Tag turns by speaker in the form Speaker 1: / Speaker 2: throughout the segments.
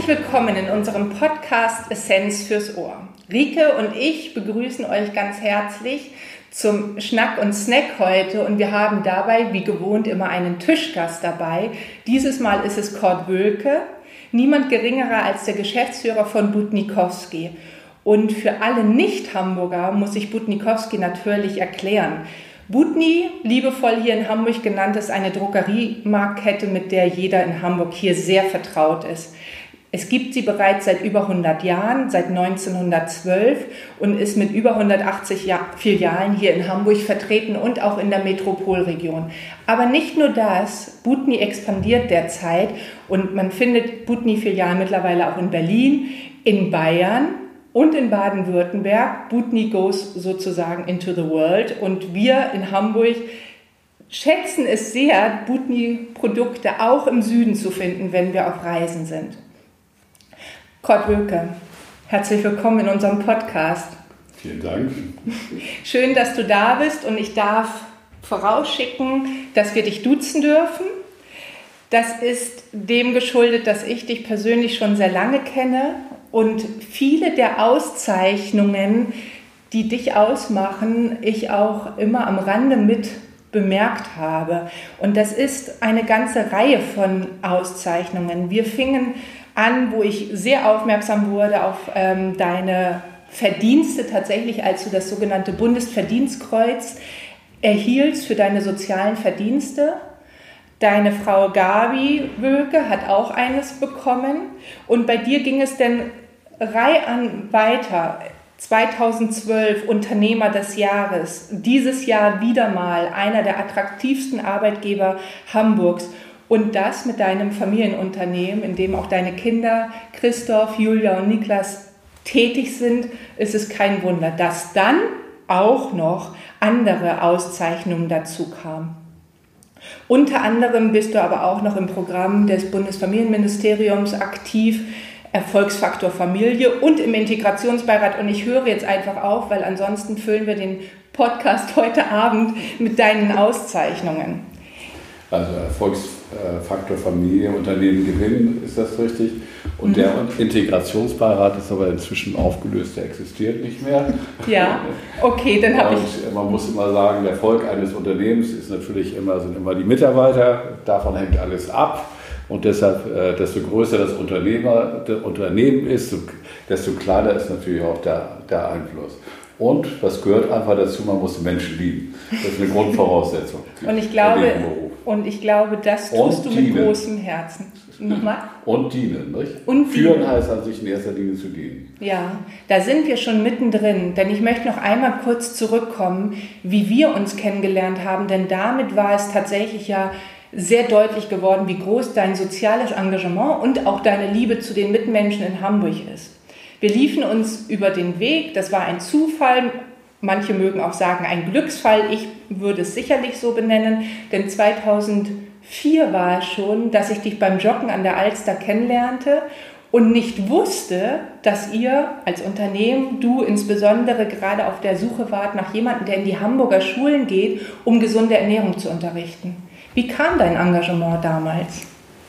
Speaker 1: Herzlich willkommen in unserem Podcast Essenz fürs Ohr. Rike und ich begrüßen euch ganz herzlich zum Schnack und Snack heute und wir haben dabei, wie gewohnt, immer einen Tischgast dabei. Dieses Mal ist es Kurt Wölke, niemand geringerer als der Geschäftsführer von Butnikowski. Und für alle Nicht-Hamburger muss ich Butnikowski natürlich erklären. Butni, liebevoll hier in Hamburg genannt, ist eine Drogeriemarktkette, mit der jeder in Hamburg hier sehr vertraut ist. Es gibt sie bereits seit über 100 Jahren, seit 1912 und ist mit über 180 Filialen hier in Hamburg vertreten und auch in der Metropolregion. Aber nicht nur das, Butni expandiert derzeit und man findet Butni-Filialen mittlerweile auch in Berlin, in Bayern und in Baden-Württemberg. Butni goes sozusagen into the world und wir in Hamburg schätzen es sehr, Butni-Produkte auch im Süden zu finden, wenn wir auf Reisen sind. Kurt Wölke, herzlich willkommen in unserem Podcast.
Speaker 2: Vielen Dank.
Speaker 1: Schön, dass du da bist und ich darf vorausschicken, dass wir dich duzen dürfen. Das ist dem geschuldet, dass ich dich persönlich schon sehr lange kenne und viele der Auszeichnungen, die dich ausmachen, ich auch immer am Rande mit bemerkt habe. Und das ist eine ganze Reihe von Auszeichnungen. Wir fingen an, wo ich sehr aufmerksam wurde auf deine Verdienste tatsächlich, als du das sogenannte Bundesverdienstkreuz erhieltst für deine sozialen Verdienste. Deine Frau Gabi Wölke hat auch eines bekommen und bei dir ging es dann reihum weiter. 2012 Unternehmer des Jahres, dieses Jahr wieder mal einer der attraktivsten Arbeitgeber Hamburgs. Und das mit deinem Familienunternehmen, in dem auch deine Kinder Christoph, Julia und Niklas tätig sind, ist es kein Wunder, dass dann auch noch andere Auszeichnungen dazu kamen. Unter anderem bist du aber auch noch im Programm des Bundesfamilienministeriums aktiv, Erfolgsfaktor Familie und im Integrationsbeirat. Und ich höre jetzt einfach auf, weil ansonsten füllen wir den Podcast heute Abend mit deinen Auszeichnungen.
Speaker 2: Also Erfolgsfaktor Familie, Unternehmen gewinnen, ist das richtig? Und der Integrationsbeirat ist aber inzwischen aufgelöst, der existiert nicht mehr.
Speaker 1: Ja, okay, dann habe ich...
Speaker 2: Und man muss immer sagen, der Erfolg eines Unternehmens ist natürlich sind immer die Mitarbeiter, davon hängt alles ab. Und deshalb, desto größer das Unternehmen ist, desto kleiner ist natürlich auch der Einfluss. Und was gehört einfach dazu, man muss die Menschen lieben. Das ist eine Grundvoraussetzung.
Speaker 1: Und ich glaube, das tust du mit großem Herzen. Nochmal?
Speaker 2: Und dienen, nicht?
Speaker 1: Und
Speaker 2: führen heißt an sich in erster Linie zu dienen.
Speaker 1: Ja, da sind wir schon mittendrin. Denn ich möchte noch einmal kurz zurückkommen, wie wir uns kennengelernt haben. Denn damit war es tatsächlich ja sehr deutlich geworden, wie groß dein soziales Engagement und auch deine Liebe zu den Mitmenschen in Hamburg ist. Wir liefen uns über den Weg, das war ein Zufall, manche mögen auch sagen ein Glücksfall, ich würde es sicherlich so benennen, denn 2004 war es schon, dass ich dich beim Joggen an der Alster kennenlernte und nicht wusste, dass ihr als Unternehmen, du insbesondere gerade auf der Suche wart nach jemandem, der in die Hamburger Schulen geht, um gesunde Ernährung zu unterrichten. Wie kam dein Engagement damals?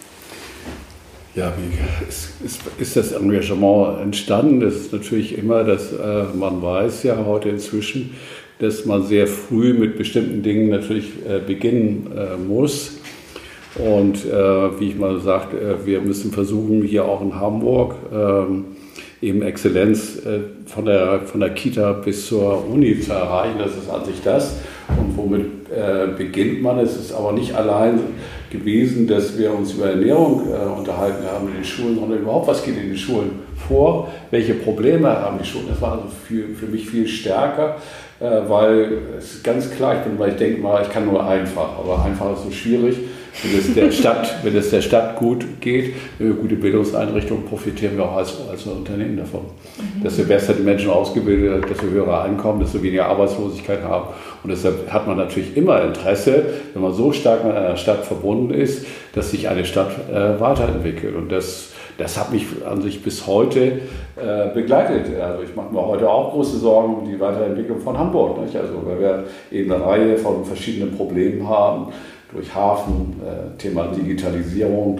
Speaker 2: Ja, wie ist das Engagement entstanden? Das ist natürlich immer, dass man weiß ja heute inzwischen, dass man sehr früh mit bestimmten Dingen natürlich beginnen muss. Und wie ich mal sagte, wir müssen versuchen, hier auch in Hamburg eben Exzellenz von der Kita bis zur Uni zu erreichen. Das ist an sich das. Und womit beginnt man? Es ist aber nicht allein gewesen, dass wir uns über Ernährung unterhalten haben in den Schulen, sondern überhaupt, was geht in den Schulen vor, welche Probleme haben die Schulen. Das war also für mich viel stärker, weil es ist ganz klar, ich denke mal, ich kann nur einfach, aber einfach ist so schwierig. Wenn es der Stadt gut geht, gute Bildungseinrichtungen, profitieren wir auch als Unternehmen davon. Desto besser die Menschen ausgebildet, desto höhere Einkommen, desto weniger Arbeitslosigkeit haben. Und deshalb hat man natürlich immer Interesse, wenn man so stark mit einer Stadt verbunden ist, dass sich eine Stadt weiterentwickelt. Und das hat mich an sich bis heute begleitet. Also ich mache mir heute auch große Sorgen um die Weiterentwicklung von Hamburg. Nicht? Also weil wir eben eine Reihe von verschiedenen Problemen haben. Durch Hafen, Thema Digitalisierung,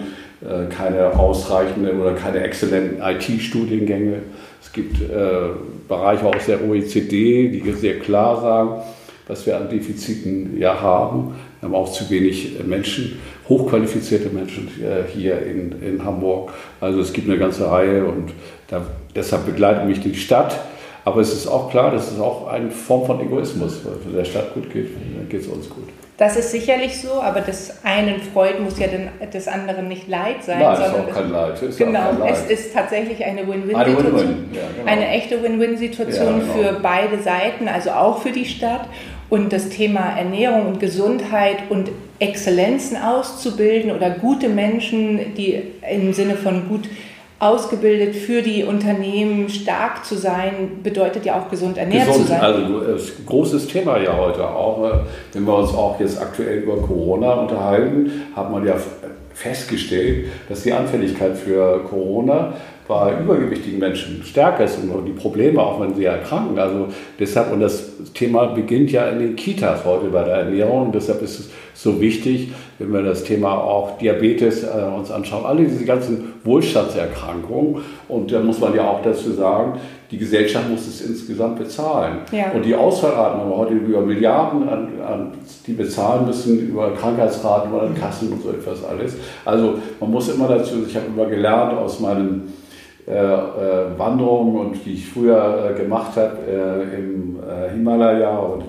Speaker 2: keine ausreichenden oder keine exzellenten IT-Studiengänge. Es gibt Bereiche aus der OECD, die sehr klar sagen, was wir an Defiziten haben. Wir haben auch zu wenig Menschen, hochqualifizierte Menschen hier in Hamburg. Also es gibt eine ganze Reihe und deshalb begleitet mich die Stadt. Aber es ist auch klar, das ist auch eine Form von Egoismus. Wenn der Stadt gut geht, dann geht es uns gut.
Speaker 1: Das ist sicherlich so, aber des einen Freud muss ja des anderen nicht Leid sein.
Speaker 2: Nein, es ist auch kein Leid.
Speaker 1: Es ist tatsächlich eine Win-Win-Situation. Eine echte Win-Win-Situation für beide Seiten, also auch für die Stadt. Und das Thema Ernährung und Gesundheit und Exzellenzen auszubilden oder gute Menschen, die im Sinne von gut ausgebildet für die Unternehmen stark zu sein, bedeutet ja auch gesund ernährt zu sein.
Speaker 2: Also das großes Thema ja heute auch, wenn wir uns auch jetzt aktuell über Corona unterhalten, hat man ja festgestellt, dass die Anfälligkeit für Corona bei übergewichtigen Menschen stärker ist und die Probleme, auch wenn sie erkranken. Also deshalb, und das Thema beginnt ja in den Kitas heute bei der Ernährung. Und deshalb ist es so wichtig, wenn wir das Thema auch Diabetes uns anschauen, alle diese ganzen Wohlstandserkrankungen. Und da muss man ja auch dazu sagen, die Gesellschaft muss es insgesamt bezahlen. Ja. Und die Ausfallraten haben wir heute über Milliarden, die bezahlen müssen, über Krankheitsraten, über Kassen und so etwas alles. Also man muss immer dazu, ich habe immer gelernt aus meinen Wanderungen, und die ich früher gemacht habe im Himalaya und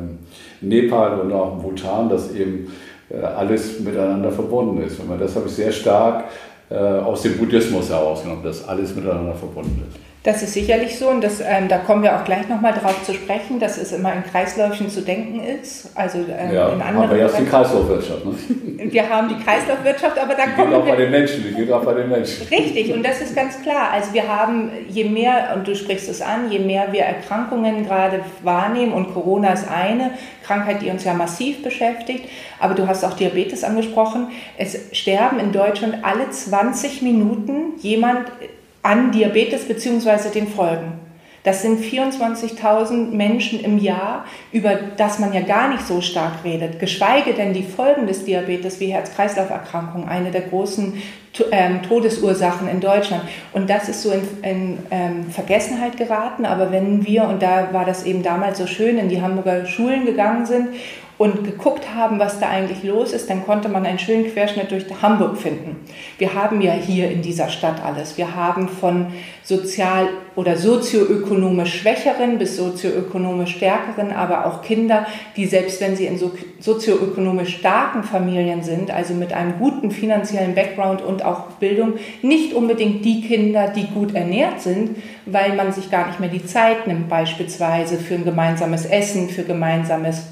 Speaker 2: Nepal und auch im Bhutan, dass eben alles miteinander verbunden ist. Und das habe ich sehr stark aus dem Buddhismus herausgenommen, dass alles miteinander verbunden ist.
Speaker 1: Das ist sicherlich so und da kommen wir auch gleich nochmal drauf zu sprechen, dass es immer in Kreisläufen zu denken ist. Also in anderen
Speaker 2: aber jetzt die Kreislaufwirtschaft. Ne?
Speaker 1: Wir haben die Kreislaufwirtschaft, aber da
Speaker 2: kommen wir... Die geht auch bei den Menschen.
Speaker 1: Richtig, und das ist ganz klar. Also wir haben, je mehr, und du sprichst es an, je mehr wir Erkrankungen gerade wahrnehmen, und Corona ist eine Krankheit, die uns ja massiv beschäftigt, aber du hast auch Diabetes angesprochen. Es sterben in Deutschland alle 20 Minuten jemand an Diabetes bzw. den Folgen. Das sind 24.000 Menschen im Jahr, über das man ja gar nicht so stark redet. Geschweige denn die Folgen des Diabetes wie Herz-Kreislauf-Erkrankungen, eine der großen Todesursachen in Deutschland. Und das ist so in Vergessenheit geraten. Aber wenn wir, und da war das eben damals so schön, in die Hamburger Schulen gegangen sind und geguckt haben, was da eigentlich los ist, dann konnte man einen schönen Querschnitt durch Hamburg finden. Wir haben ja hier in dieser Stadt alles. Wir haben von sozial- oder sozioökonomisch Schwächeren bis sozioökonomisch Stärkeren, aber auch Kinder, die selbst wenn sie in sozioökonomisch starken Familien sind, also mit einem guten finanziellen Background und auch Bildung, nicht unbedingt die Kinder, die gut ernährt sind, weil man sich gar nicht mehr die Zeit nimmt, beispielsweise für ein gemeinsames Essen, für gemeinsames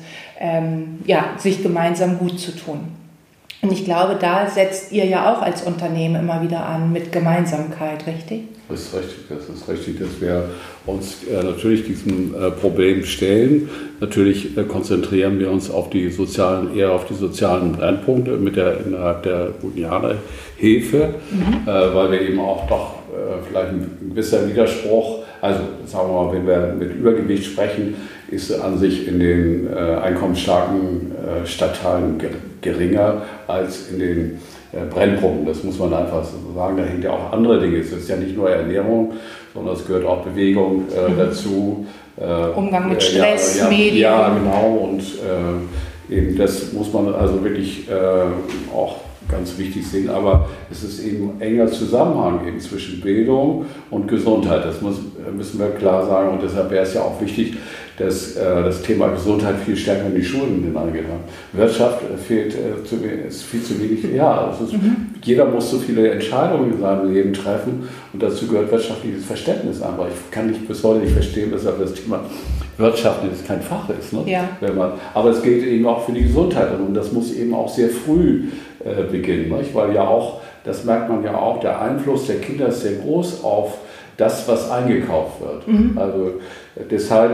Speaker 1: sich gemeinsam gut zu tun. Und ich glaube, da setzt ihr ja auch als Unternehmen immer wieder an mit Gemeinsamkeit, richtig?
Speaker 2: Das ist richtig, dass wir uns natürlich diesem Problem stellen. Natürlich konzentrieren wir uns eher auf die sozialen Brennpunkte innerhalb der Juliane-Hilfe, weil wir eben auch doch vielleicht ein gewisser Widerspruch, also sagen wir mal, wenn wir mit Übergewicht sprechen, ist an sich in den einkommensstarken Stadtteilen geringer als in den Brennpunkten. Das muss man einfach so sagen. Da hängt ja auch andere Dinge. Es ist ja nicht nur Ernährung, sondern es gehört auch Bewegung dazu.
Speaker 1: Umgang mit Stress, Medien.
Speaker 2: Ja, genau. Und eben das muss man also wirklich auch ganz wichtig sehen, aber es ist eben ein enger Zusammenhang eben zwischen Bildung und Gesundheit. Das müssen wir klar sagen, und deshalb wäre es ja auch wichtig, dass das Thema Gesundheit viel stärker in die Schulen hineingeht. Wirtschaft ist viel zu wenig. Ja, jeder muss so viele Entscheidungen in seinem Leben treffen, und dazu gehört wirtschaftliches Verständnis einfach. Ich kann bis heute nicht verstehen, weshalb das Thema Wirtschaft kein Fach ist. Ne? Ja. Aber es gilt eben auch für die Gesundheit, und das muss eben auch sehr früh beginnen, nicht? Weil ja auch, das merkt man ja auch, der Einfluss der Kinder ist sehr groß auf das, was eingekauft wird. Also deshalb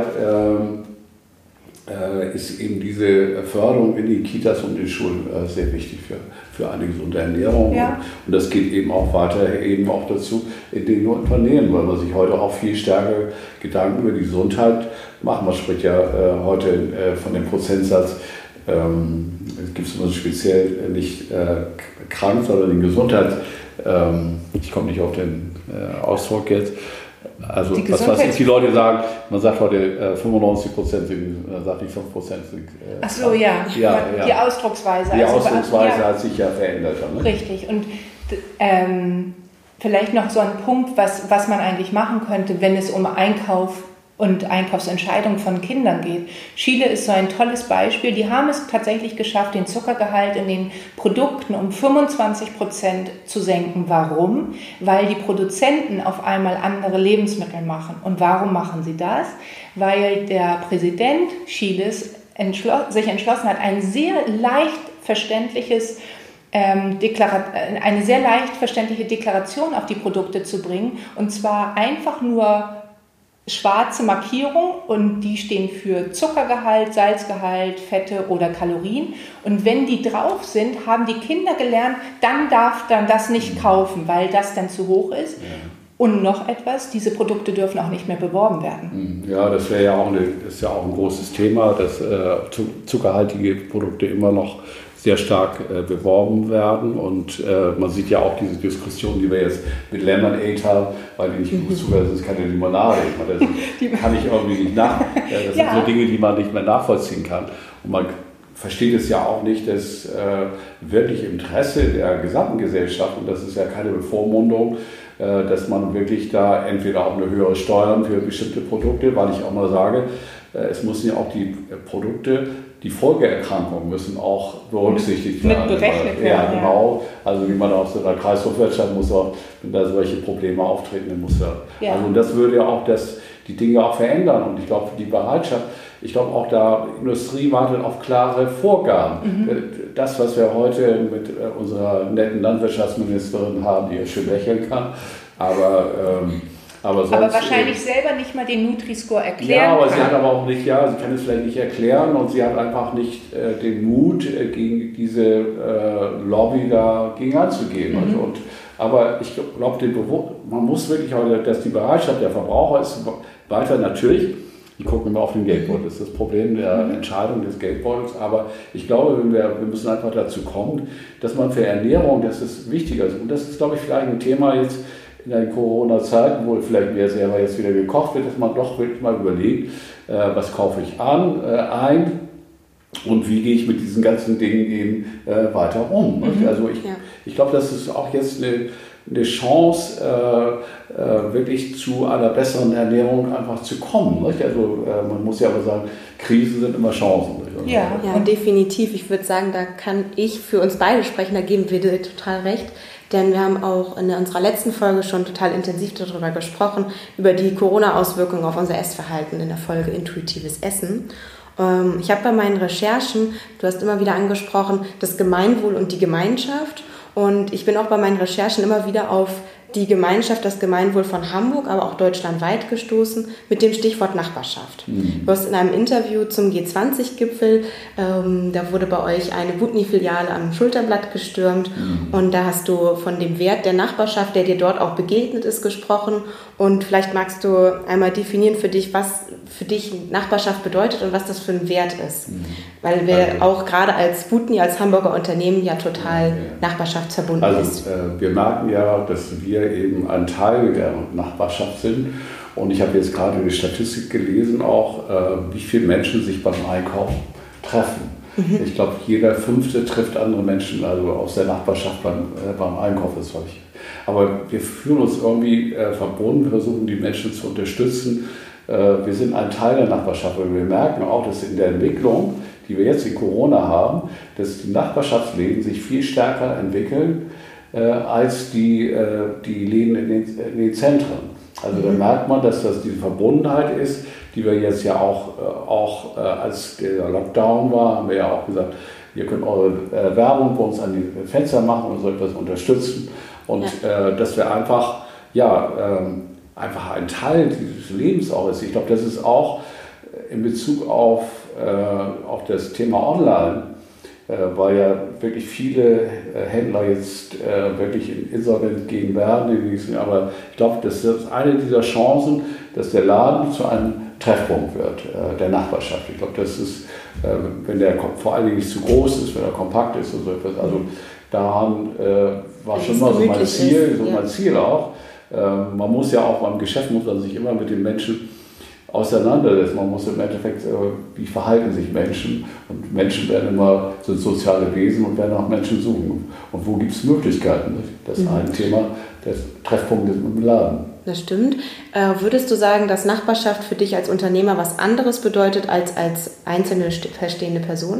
Speaker 2: ist eben diese Förderung in den Kitas und in den Schulen sehr wichtig für eine gesunde Ernährung. Ja. Und das geht eben auch weiter eben auch dazu in den Unternehmen, weil man sich heute auch viel stärker Gedanken über die Gesundheit macht. Man spricht ja heute von dem Prozentsatz es gibt immer speziell nicht krank, sondern den Gesundheits... ich komme nicht auf den Ausdruck jetzt. Also was die Leute sagen, man sagt heute 95% sind, man sagt nicht 5% sind.
Speaker 1: Ach so, ja. Die Ausdrucksweise.
Speaker 2: Die Ausdrucksweise hat sich ja verändert. Ne?
Speaker 1: Richtig. Und vielleicht noch so ein Punkt, was man eigentlich machen könnte, wenn es um Einkauf und Einkaufsentscheidungen von Kindern geht. Chile ist so ein tolles Beispiel. Die haben es tatsächlich geschafft, den Zuckergehalt in den Produkten um 25% zu senken. Warum? Weil die Produzenten auf einmal andere Lebensmittel machen. Und warum machen sie das? Weil der Präsident Chiles sich entschlossen hat, ein sehr leicht verständliches eine sehr leicht verständliche Deklaration auf die Produkte zu bringen, und zwar einfach nur schwarze Markierung, und die stehen für Zuckergehalt, Salzgehalt, Fette oder Kalorien, und wenn die drauf sind, haben die Kinder gelernt, dann darf dann das nicht kaufen, weil das dann zu hoch ist. Ja. Und noch etwas, diese Produkte dürfen auch nicht mehr beworben werden.
Speaker 2: Ja, das wäre ja auch ist ja auch ein großes Thema, dass zuckerhaltige Produkte immer noch sehr stark beworben werden, und man sieht ja auch diese Diskussion, die wir jetzt mit Lemonade haben, weil die nicht genug Zucker ist, keine Limonade. Das kann ich irgendwie nicht das sind so Dinge, die man nicht mehr nachvollziehen kann. Und man versteht es ja auch nicht, dass wirklich im Interesse der gesamten Gesellschaft, und das ist ja keine Bevormundung, dass man wirklich da entweder auch eine höhere Steuern für bestimmte Produkte, weil ich auch mal sage, es müssen ja auch die Produkte, die Folgeerkrankungen müssen auch berücksichtigt werden.
Speaker 1: Mit berechnet werden.
Speaker 2: Ja, genau. Also wie man aus der Kreislaufwirtschaft muss auch, wenn da solche Probleme auftreten, dann muss ja. Also das würde ja auch die Dinge auch verändern. Und ich glaube, die Bereitschaft, ich glaube auch da, Industrie wartet auf klare Vorgaben. Das, was wir heute mit unserer netten Landwirtschaftsministerin haben, die ja schön lächeln kann, aber
Speaker 1: wahrscheinlich selber nicht mal den Nutri-Score erklären kann.
Speaker 2: Ja, aber sie hat aber auch nicht, sie kann es vielleicht nicht erklären, und sie hat einfach nicht den Mut, gegen diese Lobby dagegen anzugehen. Aber ich glaube, man muss wirklich heute, dass die Bereitschaft der Verbraucher ist weiter natürlich. Die gucken immer auf den Geldbeutel. Das ist das Problem der Entscheidung des Geldbeutels. Aber ich glaube, wir müssen einfach dazu kommen, dass man für Ernährung, das ist wichtiger. Und das ist, glaube ich, vielleicht ein Thema jetzt in der Corona-Zeit, wo vielleicht mir selber jetzt wieder gekocht wird, dass man doch wirklich mal überlegt, was kaufe ich ein und wie gehe ich mit diesen ganzen Dingen eben weiter um. Also ich glaube, das ist auch jetzt eine Chance, wirklich zu einer besseren Ernährung einfach zu kommen. Also man muss ja aber sagen, Krisen sind immer Chancen.
Speaker 3: Ja, definitiv. Ich würde sagen, da kann ich für uns beide sprechen, da geben wir dir total recht. Denn wir haben auch in unserer letzten Folge schon total intensiv darüber gesprochen, über die Corona-Auswirkungen auf unser Essverhalten in der Folge Intuitives Essen. Ich habe bei meinen Recherchen, du hast immer wieder angesprochen, das Gemeinwohl und die Gemeinschaft. Und ich bin auch bei meinen Recherchen immer wieder auf die Gemeinschaft, das Gemeinwohl von Hamburg, aber auch deutschlandweit gestoßen mit dem Stichwort Nachbarschaft. Du hast in einem Interview zum G20-Gipfel, da wurde bei euch eine Butni-Filiale am Schulterblatt gestürmt, und da hast du von dem Wert der Nachbarschaft, der dir dort auch begegnet ist, gesprochen, und vielleicht magst du einmal definieren für dich, was für dich Nachbarschaft bedeutet und was das für ein Wert ist. Weil wir auch gerade als Butni, als Hamburger Unternehmen ja total nachbarschaftsverbunden ist.
Speaker 2: Wir merken ja, dass wir eben ein Teil der Nachbarschaft sind. Und ich habe jetzt gerade eine Statistik gelesen, auch wie viele Menschen sich beim Einkaufen treffen. Ich glaube, jeder 5. trifft andere Menschen, also aus der Nachbarschaft beim Einkauf. Das war ich. Aber wir fühlen uns irgendwie verbunden, wir versuchen die Menschen zu unterstützen. Wir sind ein Teil der Nachbarschaft, und wir merken auch, dass in der Entwicklung, die wir jetzt in Corona haben, dass die Nachbarschaftsläden sich viel stärker entwickeln als die Läden in den Zentren. Also da merkt man, dass das diese Verbundenheit ist, die wir jetzt ja auch als der Lockdown war, haben wir ja auch gesagt, ihr könnt eure Werbung bei uns an die Fenster machen und so etwas unterstützen. Und dass wir einfach ein Teil dieses Lebens auch ist. Ich glaube, das ist auch in Bezug auf das Thema Online, weil ja wirklich viele Händler jetzt wirklich in Insolvenz gehen werden. Aber ich glaube, das ist eine dieser Chancen, dass der Laden zu einem Treffpunkt wird, der Nachbarschaft. Ich glaube, das ist, wenn der vor allen Dingen nicht zu groß ist, wenn er kompakt ist und so etwas. Also daran war schon mal so mein Ziel auch. Man muss ja auch beim Geschäft, muss man sich immer mit den Menschen auseinandersetzen. Man muss im Endeffekt, wie verhalten sich Menschen? Und Menschen sind soziale Wesen und werden nach Menschen suchen. Und wo gibt es Möglichkeiten? Das ist ein Thema, der Treffpunkt ist im Laden.
Speaker 3: Das stimmt. Würdest du sagen, dass Nachbarschaft für dich als Unternehmer was anderes bedeutet als einzelne verstehende Person?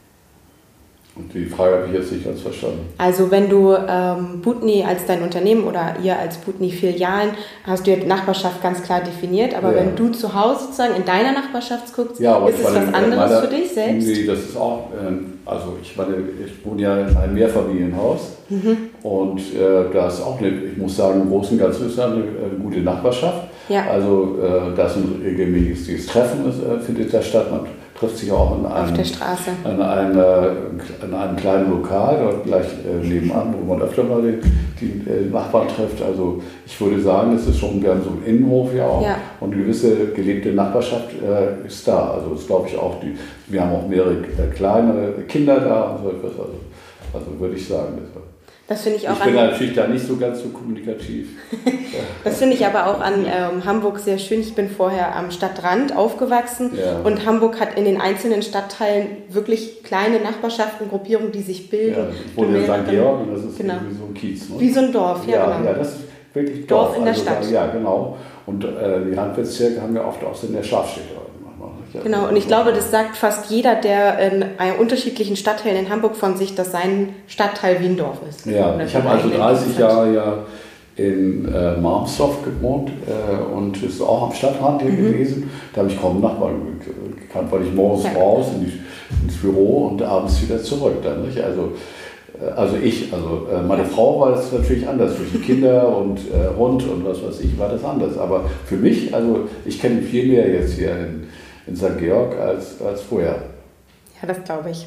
Speaker 2: Und die Frage habe ich jetzt nicht ganz verstanden.
Speaker 3: Also wenn du Butni als dein Unternehmen oder ihr als Butni-Filialen, hast du ja Nachbarschaft ganz klar definiert, aber wenn du zu Hause sozusagen in deiner Nachbarschaft guckst, ist es was anderes für dich selbst?
Speaker 2: Nee, das ist auch, also ich wohne ja in einem Mehrfamilienhaus und da ist auch, ich muss sagen, im Großen und Ganzen ist da eine gute Nachbarschaft. Ja. Also da ist ein regelmäßiges Treffen, findet da statt. Man trifft sich auch
Speaker 3: auf der Straße.
Speaker 2: In einem kleinen Lokal, dort gleich nebenan, wo man öfter mal die Nachbarn trifft. Also ich würde sagen, es ist schon, wir haben so einen Innenhof ja auch und eine gewisse gelebte Nachbarschaft ist da. Also das glaube ich auch, wir haben auch mehrere kleine Kinder da und so etwas. Also würde ich sagen.
Speaker 3: Das finde ich auch.
Speaker 2: Ich bin natürlich da nicht so ganz so kommunikativ.
Speaker 3: Das finde ich aber auch an Hamburg sehr schön. Ich bin vorher am Stadtrand aufgewachsen und Hamburg hat in den einzelnen Stadtteilen wirklich kleine Nachbarschaften, Gruppierungen, die sich bilden.
Speaker 2: Ja, ich wohne in St. Georg und das ist wie so ein Kiez. Ne?
Speaker 3: Wie so ein Dorf, genau.
Speaker 2: Ja, das ist wirklich
Speaker 3: Dorf in der Stadt.
Speaker 2: Ja, genau. Und die Randbezirke haben wir oft auch so in der Scharfstädte.
Speaker 3: Genau, und ich glaube, das sagt fast jeder, der in unterschiedlichen Stadtteilen in Hamburg von sich, dass sein Stadtteil wie ein Dorf ist.
Speaker 2: Ja, ich habe also 30 Jahre in Marmsdorf gewohnt und ist auch am Stadtrand hier gewesen. Da habe ich kaum Nachbarn gekannt, weil ich morgens raus ins Büro und abends wieder zurück. Dann, nicht? Also meine Frau war das natürlich anders. Durch die Kinder und Hund und was weiß ich, war das anders. Aber für mich, also ich kenne viel mehr jetzt hier in St. Georg als vorher.
Speaker 3: Ja, das glaube ich.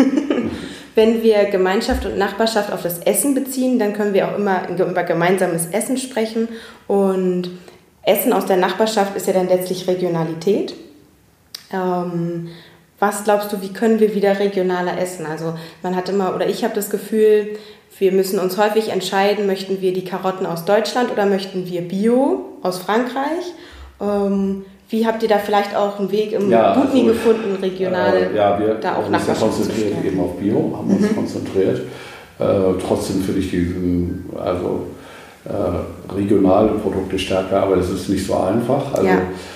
Speaker 3: Wenn wir Gemeinschaft und Nachbarschaft auf das Essen beziehen, dann können wir auch immer über gemeinsames Essen sprechen. Und Essen aus der Nachbarschaft ist ja dann letztlich Regionalität. Was glaubst du, wie können wir wieder regionaler essen? Also man hat immer, oder ich habe das Gefühl, wir müssen uns häufig entscheiden, möchten wir die Karotten aus Deutschland oder möchten wir Bio aus Frankreich? Wie habt ihr da vielleicht auch einen Weg im Butni gefunden, regional?
Speaker 2: Wir haben uns ja konzentriert eben auf Bio, haben uns konzentriert. Trotzdem finde ich regionale Produkte stärker, aber das ist nicht so einfach. Also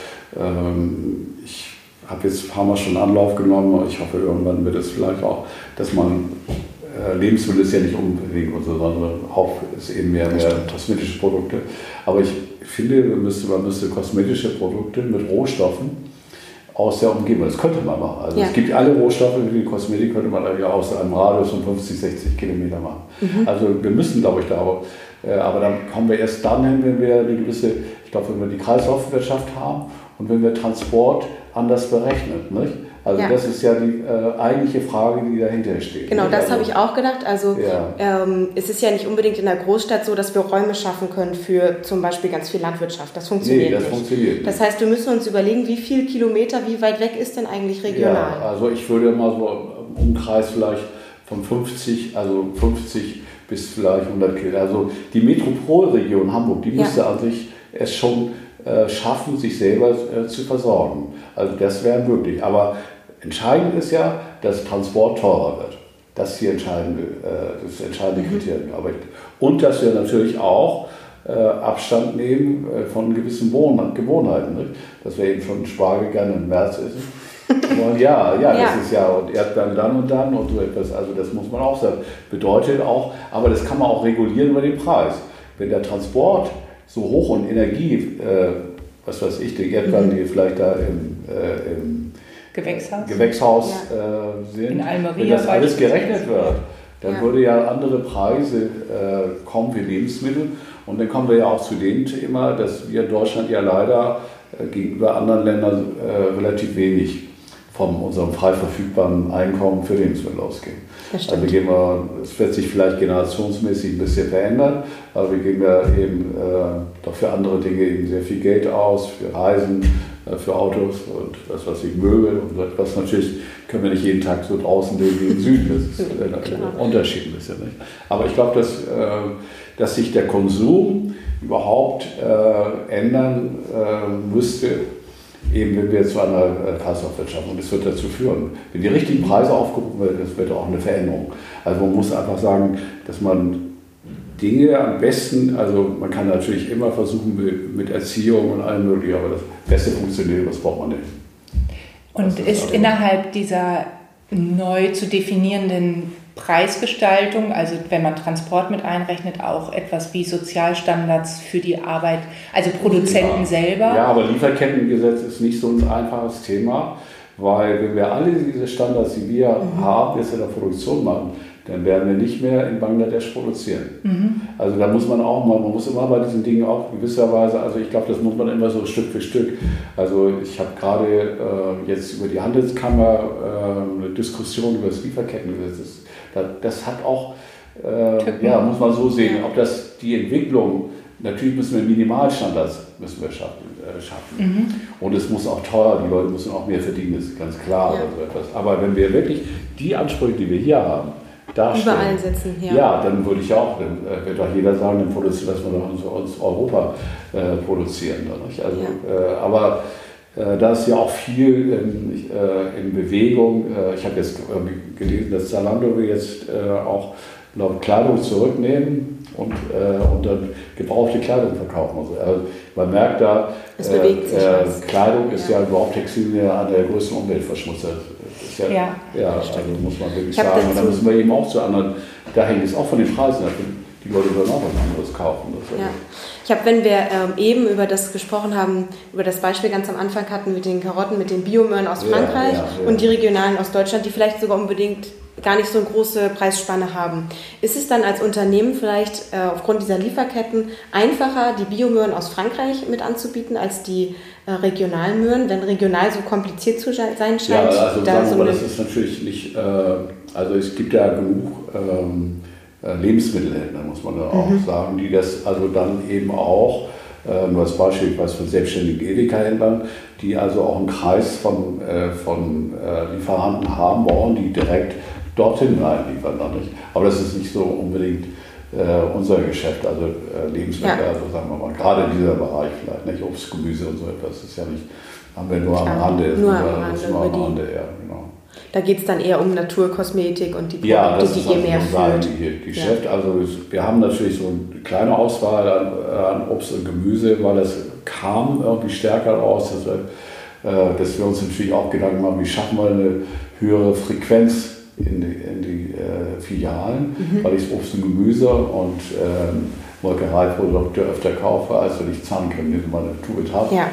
Speaker 2: ich habe jetzt ein paar Mal schon Anlauf genommen, ich hoffe, irgendwann wird es vielleicht auch, dass man Lebensmittel ist ja nicht unbedingt und so, sondern auch ist eben mehr kosmetische Produkte. Aber ich finde, man müsste kosmetische Produkte mit Rohstoffen aus der Umgebung, das könnte man machen. Also es gibt alle Rohstoffe, wie die Kosmetik könnte man ja aus einem Radius von 50, 60 Kilometer machen. Also wir müssen, glaube ich, da aber dann kommen wir erst dann hin, wenn wir eine gewisse, ich glaube, wenn wir die Kreislaufwirtschaft haben und wenn wir Transport anders berechnen, nicht? Also das ist ja die eigentliche Frage, die dahinter steht.
Speaker 3: Genau, das habe ich auch gedacht. Also es ist ja nicht unbedingt in der Großstadt so, dass wir Räume schaffen können für zum Beispiel ganz viel Landwirtschaft. Das funktioniert nicht.
Speaker 2: Funktioniert nicht.
Speaker 3: Das heißt, wir müssen uns überlegen, wie viel Kilometer, wie weit weg ist denn eigentlich regional?
Speaker 2: Ja, also ich würde mal so im Umkreis vielleicht von 50 bis vielleicht 100 Kilometer. Also die Metropolregion Hamburg, die müsste an sich es schon schaffen, sich selber zu versorgen. Also das wäre möglich. Aber entscheidend ist ja, dass Transport teurer wird. Das ist hier das entscheidende Kriterium. Und dass wir natürlich auch Abstand nehmen von gewissen Gewohnheiten. Nicht? Dass wir eben schon Spargel gerne im März essen. Und das ist und Erdbeeren dann und so etwas. Also das muss man auch sagen. Bedeutet auch, aber das kann man auch regulieren über den Preis. Wenn der Transport so hoch und Energie, was weiß ich, die Erdbeeren, die vielleicht da im Gewächshaus sind, wenn das alles gerechnet wird, dann würde ja andere Preise kommen für Lebensmittel. Und dann kommen wir ja auch zu dem Thema, dass wir in Deutschland ja leider gegenüber anderen Ländern relativ wenig von unserem frei verfügbaren Einkommen für Lebensmittel ausgeben. Also es wird sich vielleicht generationsmäßig ein bisschen verändern, aber wir geben ja eben doch für andere Dinge eben sehr viel Geld aus, für Reisen, für Autos und was weiß ich, Möbel und so etwas. Natürlich können wir nicht jeden Tag so draußen leben wie im Süden, das ist ein Unterschied ein bisschen. Nicht? Aber ich glaube, dass sich der Konsum überhaupt ändern müsste, eben wenn wir zu einer Kreislaufwirtschaft, und das wird dazu führen. Wenn die richtigen Preise aufgerufen werden, das wird auch eine Veränderung. Also man muss einfach sagen, dass man Dinge am besten, also man kann natürlich immer versuchen mit Erziehung und allem möglichen, aber das Beste funktioniert, das braucht man nicht.
Speaker 1: Und ist innerhalb dieser neu zu definierenden Preisgestaltung, also wenn man Transport mit einrechnet, auch etwas wie Sozialstandards für die Arbeit, also Produzenten selber?
Speaker 2: Ja, aber Lieferkettengesetz ist nicht so ein einfaches Thema, weil wenn wir alle diese Standards, die wir haben, jetzt in der Produktion machen, dann werden wir nicht mehr in Bangladesch produzieren. Also da muss man auch mal, man muss immer bei diesen Dingen auch gewisserweise, also ich glaube, das muss man immer so Stück für Stück. Also ich habe gerade jetzt über die Handelskammer eine Diskussion über das Lieferkettengesetz. Das hat auch, muss man so sehen, ob das die Entwicklung, natürlich müssen wir Minimalstandards schaffen. Und es muss auch teuer, die Leute müssen auch mehr verdienen, das ist ganz klar. Oder so etwas. Aber wenn wir wirklich die Ansprüche, die wir hier haben, darstellen,
Speaker 3: überall setzen,
Speaker 2: dann würde ich auch, dann wird doch jeder sagen, dann produzieren, dass wir doch uns Europa produzieren. Nicht? Also, aber da ist ja auch viel in Bewegung. Ich habe jetzt gelesen, dass Zalando will jetzt auch Kleidung zurücknehmen und dann gebrauchte Kleidung verkaufen. Also man merkt da, Kleidung ist ja überhaupt Textilien einer der größten Umweltverschmutzer. Also muss man wirklich sagen. Und dann müssen wir eben auch zu anderen, da hängt es auch von den Preisen ab. Die Leute wollen auch was anderes kaufen.
Speaker 3: Ich habe, wenn wir eben über das gesprochen haben, über das Beispiel ganz am Anfang hatten mit den Karotten, mit den Biomöhren aus Frankreich und die regionalen aus Deutschland, die vielleicht sogar unbedingt gar nicht so eine große Preisspanne haben. Ist es dann als Unternehmen vielleicht aufgrund dieser Lieferketten einfacher, die Biomöhren aus Frankreich mit anzubieten, als die regionalen Möhren, wenn regional so kompliziert zu sein scheint?
Speaker 2: Ja, also das ist natürlich nicht, also es gibt ja genug Lebensmittelhändler, muss man da auch sagen, die das also dann eben auch, nur als Beispiel, ich weiß von selbstständigen Edeka-Händlern, die also auch einen Kreis von Lieferanten haben wollen, die direkt dorthin reinliefern. Nicht? Aber das ist nicht so unbedingt unser Geschäft, also Lebensmittel, also sagen wir mal, gerade in dieser Bereich vielleicht, nicht Obst, Gemüse und so etwas, das ist ja nicht, haben wir nur am Rande,
Speaker 3: nur am Rande,
Speaker 2: genau.
Speaker 3: Da geht es dann eher um Naturkosmetik und die Produkte, die ihr mehr führt.
Speaker 2: Geschäft. Also wir haben natürlich so eine kleine Auswahl an Obst und Gemüse, weil es kam irgendwie stärker raus, dass wir uns natürlich auch Gedanken machen, wie schaffen wir eine höhere Frequenz in die Filialen, weil ich Obst und Gemüse und Molkereiprodukte öfter kaufe, als wenn ich Zahncreme nehme, mal eine Tube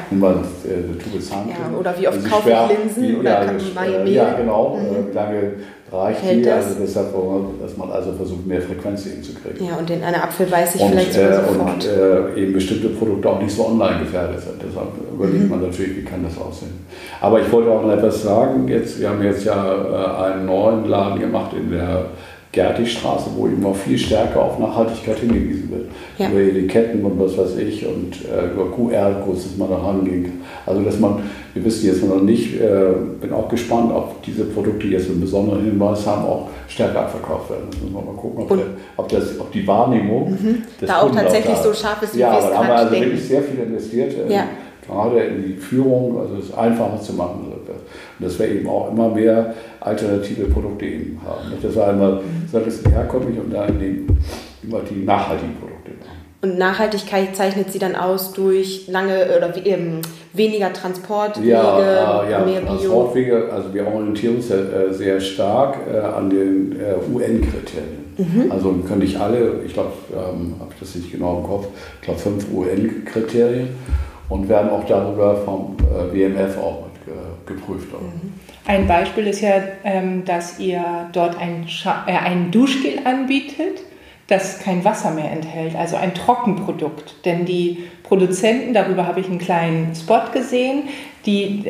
Speaker 2: Zahncreme.
Speaker 3: Ja, oder wie oft kaufe ich Linsen oder Mehl?
Speaker 2: Ja, genau. Wie lange reicht
Speaker 3: hält
Speaker 2: die?
Speaker 3: Das?
Speaker 2: Also deshalb, dass man also versucht, mehr Frequenz hinzukriegen.
Speaker 3: Ja, und in einer Apfel weiß ich vielleicht sogar sofort.
Speaker 2: Und eben bestimmte Produkte auch nicht so online gefährdet sind. Deshalb überlegt man natürlich, wie kann das aussehen. Aber ich wollte auch noch etwas sagen. Wir haben jetzt ja einen neuen Laden gemacht in der Gertigstraße, wo eben auch viel stärker auf Nachhaltigkeit hingewiesen wird. Ja. Über Etiketten und was weiß ich und über QR-Codes, dass man da rangehen kann. Also dass man, wir wissen jetzt noch nicht, bin auch gespannt, ob diese Produkte, die jetzt einen besonderen Hinweis haben, auch stärker abverkauft werden. Das müssen wir mal gucken, ob die Wahrnehmung des
Speaker 3: da auch tatsächlich so scharf ist, wie wir es gerade denken. Ja, da haben wir also
Speaker 2: wirklich sehr viel investiert. Gerade in die Führung, also es einfacher zu machen. Und dass wir eben auch immer mehr alternative Produkte eben haben. Das war einmal, das ist herkömmlich und da immer die nachhaltigen Produkte.
Speaker 3: Und Nachhaltigkeit zeichnet sie dann aus durch lange oder weniger Transportwege, mehr Bio?
Speaker 2: Transportwege, also wir orientieren uns sehr stark an den UN-Kriterien. Also können nicht alle, ich glaube, habe ich das nicht genau im Kopf, ich glaube 5 UN-Kriterien. Und werden auch darüber vom WMF auch geprüft.
Speaker 1: Ein Beispiel ist ja, dass ihr dort ein Duschgel anbietet, das kein Wasser mehr enthält, also ein Trockenprodukt. Denn die Produzenten, darüber habe ich einen kleinen Spot gesehen, die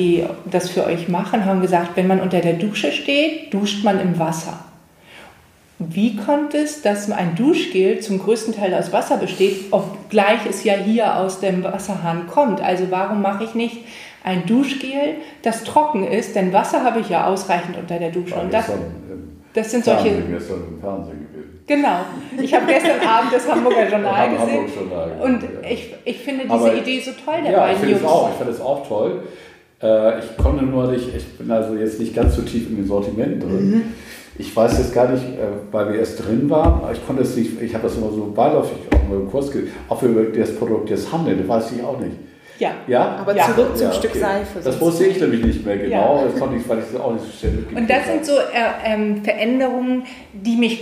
Speaker 1: das für euch machen, haben gesagt, wenn man unter der Dusche steht, duscht man im Wasser. wie kommt es, dass ein Duschgel zum größten Teil aus Wasser besteht, obgleich es ja hier aus dem Wasserhahn kommt? Also warum mache ich nicht ein Duschgel, das trocken ist? Denn Wasser habe ich ja ausreichend unter der Dusche. Und das sind solche...
Speaker 2: Gestern im Fernsehen gewesen.
Speaker 1: Genau. Ich habe gestern Abend das Hamburger Journal gesehen. Und
Speaker 2: ja.
Speaker 1: ich finde diese Idee so toll der beiden Jungs.
Speaker 2: Ich finde es auch toll. Ich konnte nur nicht, ich bin also jetzt nicht ganz so tief in den Sortimenten drin. Ich weiß jetzt gar nicht, weil wir erst drin waren, ich konnte es nicht, ich habe das immer so beiläufig auch mal im Kurs auch über das Produkt jetzt handeln, weiß ich auch nicht.
Speaker 1: Ja.
Speaker 2: Ja?
Speaker 3: Aber zurück zum Stück Seife.
Speaker 2: Das wusste ich nämlich nicht mehr genau, das konnte ich, weil ich das auch nicht so ständig gekriegt habe.
Speaker 1: Und das sind so Veränderungen, die mich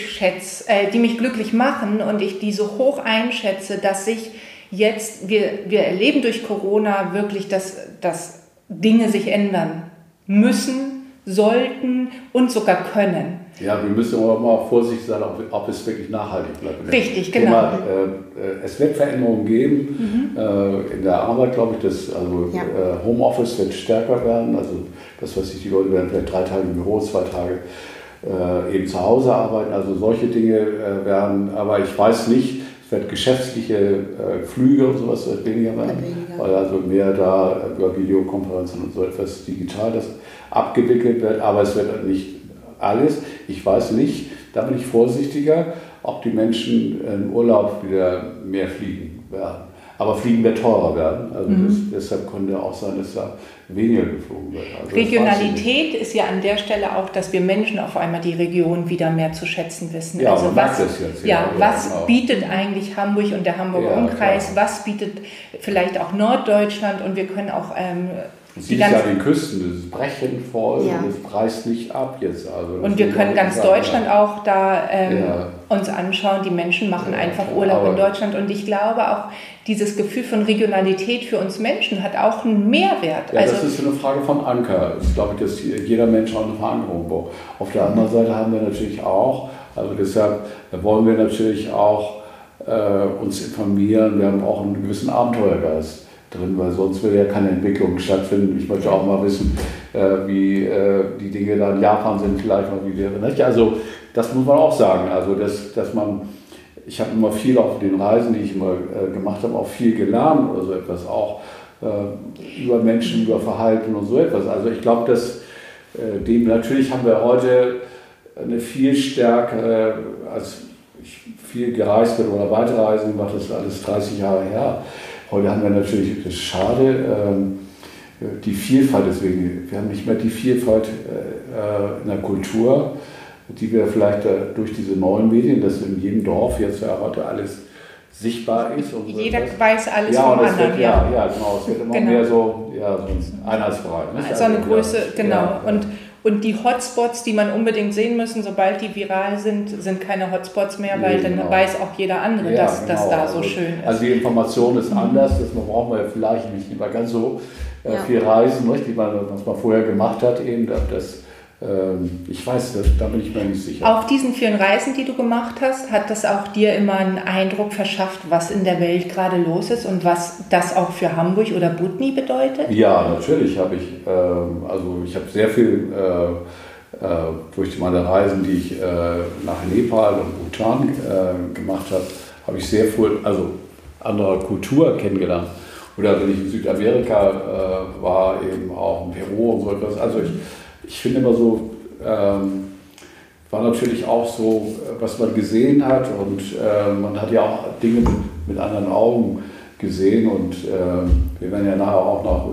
Speaker 1: glücklich machen und ich die so hoch einschätze, dass sich jetzt, wir erleben durch Corona wirklich, dass Dinge sich ändern müssen, sollten und sogar können.
Speaker 2: Ja, wir müssen aber mal vorsichtig sein, ob es wirklich nachhaltig bleibt.
Speaker 1: Richtig, genau.
Speaker 2: Es wird Veränderungen geben in der Arbeit, glaube ich. Homeoffice wird stärker werden. Also das, was die Leute werden vielleicht 3 Tage im Büro, 2 Tage eben zu Hause arbeiten. Also solche Dinge werden, aber ich weiß nicht, es wird geschäftliche Flüge und sowas weniger werden, weil also mehr da über Videokonferenzen und so etwas digital das abgewickelt wird, aber es wird nicht alles. Ich weiß nicht, da bin ich vorsichtiger, ob die Menschen im Urlaub wieder mehr fliegen werden. Aber Fliegen wird teurer werden. Also deshalb könnte auch sein, dass da weniger geflogen wird. Also
Speaker 1: Regionalität ist ja an der Stelle auch, dass wir Menschen auf einmal die Region wieder mehr zu schätzen wissen.
Speaker 2: Ja,
Speaker 1: also was
Speaker 2: genau.
Speaker 1: bietet eigentlich Hamburg und der Hamburger Umkreis? Klar. Was bietet vielleicht auch Norddeutschland? Und wir können auch
Speaker 2: du siehst ja den Küsten, das ist brechend voll und das reißt nicht ab jetzt. Also
Speaker 1: und wir können ganz Deutschland auch da uns anschauen. Die Menschen machen einfach Urlaub in Deutschland. Und ich glaube auch, dieses Gefühl von Regionalität für uns Menschen hat auch einen Mehrwert.
Speaker 2: Ja, das ist eine Frage von Anker. Ich glaube, dass jeder Mensch auch eine Verankerung braucht. Auf der anderen Seite haben wir natürlich auch, also deshalb wollen wir natürlich auch uns informieren. Wir haben auch einen gewissen Abenteuergeist drin, weil sonst würde ja keine Entwicklung stattfinden. Ich möchte auch mal wissen, wie die Dinge da in Japan sind, vielleicht mal wieder. Also das muss man auch sagen. Also dass man, ich habe immer viel auf den Reisen, die ich immer gemacht habe, auch viel gelernt oder so etwas, auch über Menschen, über Verhalten und so etwas. Also ich glaube, dass natürlich haben wir heute eine viel stärkere, als ich viel gereist bin oder Weiterreisen gemacht, das ist alles 30 Jahre her. Heute haben wir natürlich, das ist schade, die Vielfalt, deswegen, wir haben nicht mehr die Vielfalt in der Kultur, die wir vielleicht durch diese neuen Medien, dass in jedem Dorf jetzt ja heute alles sichtbar ist. Und
Speaker 1: jeder weiß alles vom anderen.
Speaker 2: Ja, genau, es wird immer mehr so ein Einheitsbrei.
Speaker 1: So eine Größe, genau. Ja. Und die Hotspots, die man unbedingt sehen müssen, sobald die viral sind, sind keine Hotspots mehr, weil dann weiß auch jeder andere, dass das da so schön ist.
Speaker 2: Also die Information ist anders, das brauchen wir vielleicht nicht immer ganz so viel reisen, was man vorher gemacht hat. Eben, ich weiß, da bin ich mir nicht sicher.
Speaker 1: Auf diesen vielen Reisen, die du gemacht hast, hat das auch dir immer einen Eindruck verschafft, was in der Welt gerade los ist und was das auch für Hamburg oder Butni bedeutet?
Speaker 2: Ja, natürlich habe ich. Ich habe sehr viel durch meine Reisen, die ich nach Nepal und Bhutan gemacht habe ich sehr viel, andere Kultur kennengelernt. Oder wenn ich in Südamerika war, eben auch in Peru und so etwas. Also ich finde immer so, war natürlich auch so, was man gesehen hat und man hat ja auch Dinge mit anderen Augen gesehen und wir werden ja nachher auch noch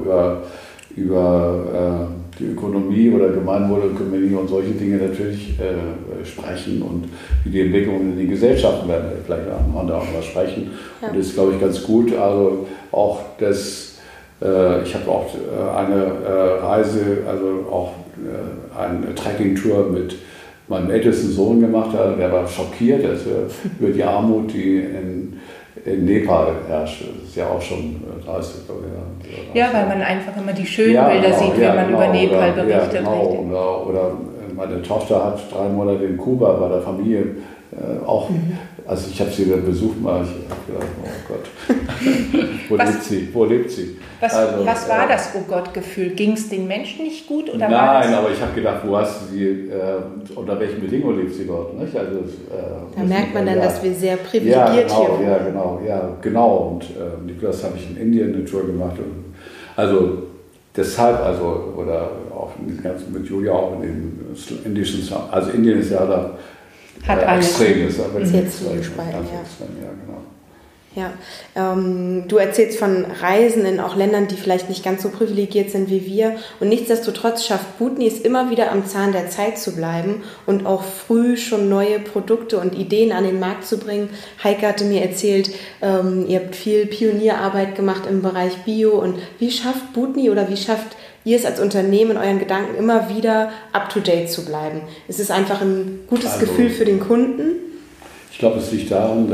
Speaker 2: über die Ökonomie oder Gemeinwohlökonomie und solche Dinge natürlich sprechen und wie die Entwicklungen in den Gesellschaften werden wir vielleicht am Ende auch mal sprechen. Ja. Und das ist, glaube ich, ganz gut. Also auch das, ich habe auch eine Reise, also auch eine Trekking-Tour mit meinem ältesten Sohn gemacht. Der war schockiert über die Armut, die in Nepal herrscht. Das ist ja auch schon 30 Jahre.
Speaker 1: Ja, weil man einfach immer die schönen Bilder sieht, wenn man über Nepal berichtet.
Speaker 2: Ja, genau. Oder meine Tochter hat 3 Monate in Kuba bei der Familie auch Also ich habe sie dann besucht mal, ich habe gedacht, oh Gott, wo lebt sie?
Speaker 1: Was war das Oh Gott-Gefühl? Ging es den Menschen nicht gut? Oder
Speaker 2: Nein, aber ich habe gedacht, wo hast du sie, unter welchen Bedingungen lebt sie dort? Nicht? Also,
Speaker 3: da merkt man dann, dass wir sehr privilegiert hier wohnen.
Speaker 2: Genau. Und Niklas habe ich in Indien eine Tour gemacht. Und, also deshalb, oder auch mit Julia auch in den indischen Slum. Also Indien ist ja da extrem. Ist
Speaker 3: jetzt gespalten, ja.
Speaker 2: Extrem, ja, genau.
Speaker 3: Ja, du erzählst von Reisen in auch Ländern, die vielleicht nicht ganz so privilegiert sind wie wir. Und nichtsdestotrotz schafft Bhutni es immer wieder am Zahn der Zeit zu bleiben und auch früh schon neue Produkte und Ideen an den Markt zu bringen. Heike hatte mir erzählt, ihr habt viel Pionierarbeit gemacht im Bereich Bio. Und wie schafft Bhutni oder wie schafft ihr es als Unternehmen, euren Gedanken immer wieder up-to-date zu bleiben? Es ist einfach ein gutes Gefühl für den Kunden.
Speaker 2: Ich glaube, es liegt daran,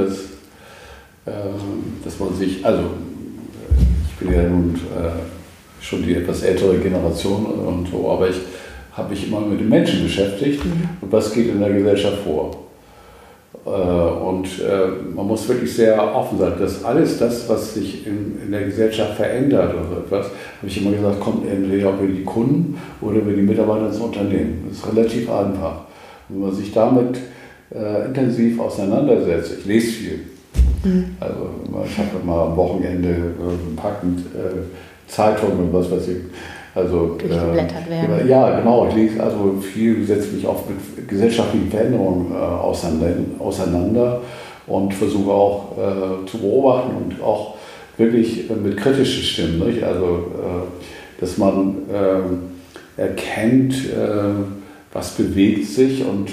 Speaker 2: dass man sich, ich bin ja nun schon die etwas ältere Generation und so, aber ich habe mich immer mit den Menschen beschäftigt und was geht in der Gesellschaft vor. Und man muss wirklich sehr offen sein, dass alles das, was sich in der Gesellschaft verändert oder so etwas, habe ich immer gesagt, kommt entweder über die Kunden oder über die Mitarbeiter ins Unternehmen. Das ist relativ einfach. Wenn man sich damit intensiv auseinandersetzt, ich lese viel. Also ich habe mal am Wochenende packend Zeitungen und was weiß ich. Also,
Speaker 3: durchgeblättert werden.
Speaker 2: Ja, genau. Ich lese also viel, setze mich oft mit gesellschaftlichen Veränderungen auseinander und versuche auch zu beobachten und auch wirklich mit kritischen Stimmen. Nicht? Also, dass man erkennt, was bewegt sich und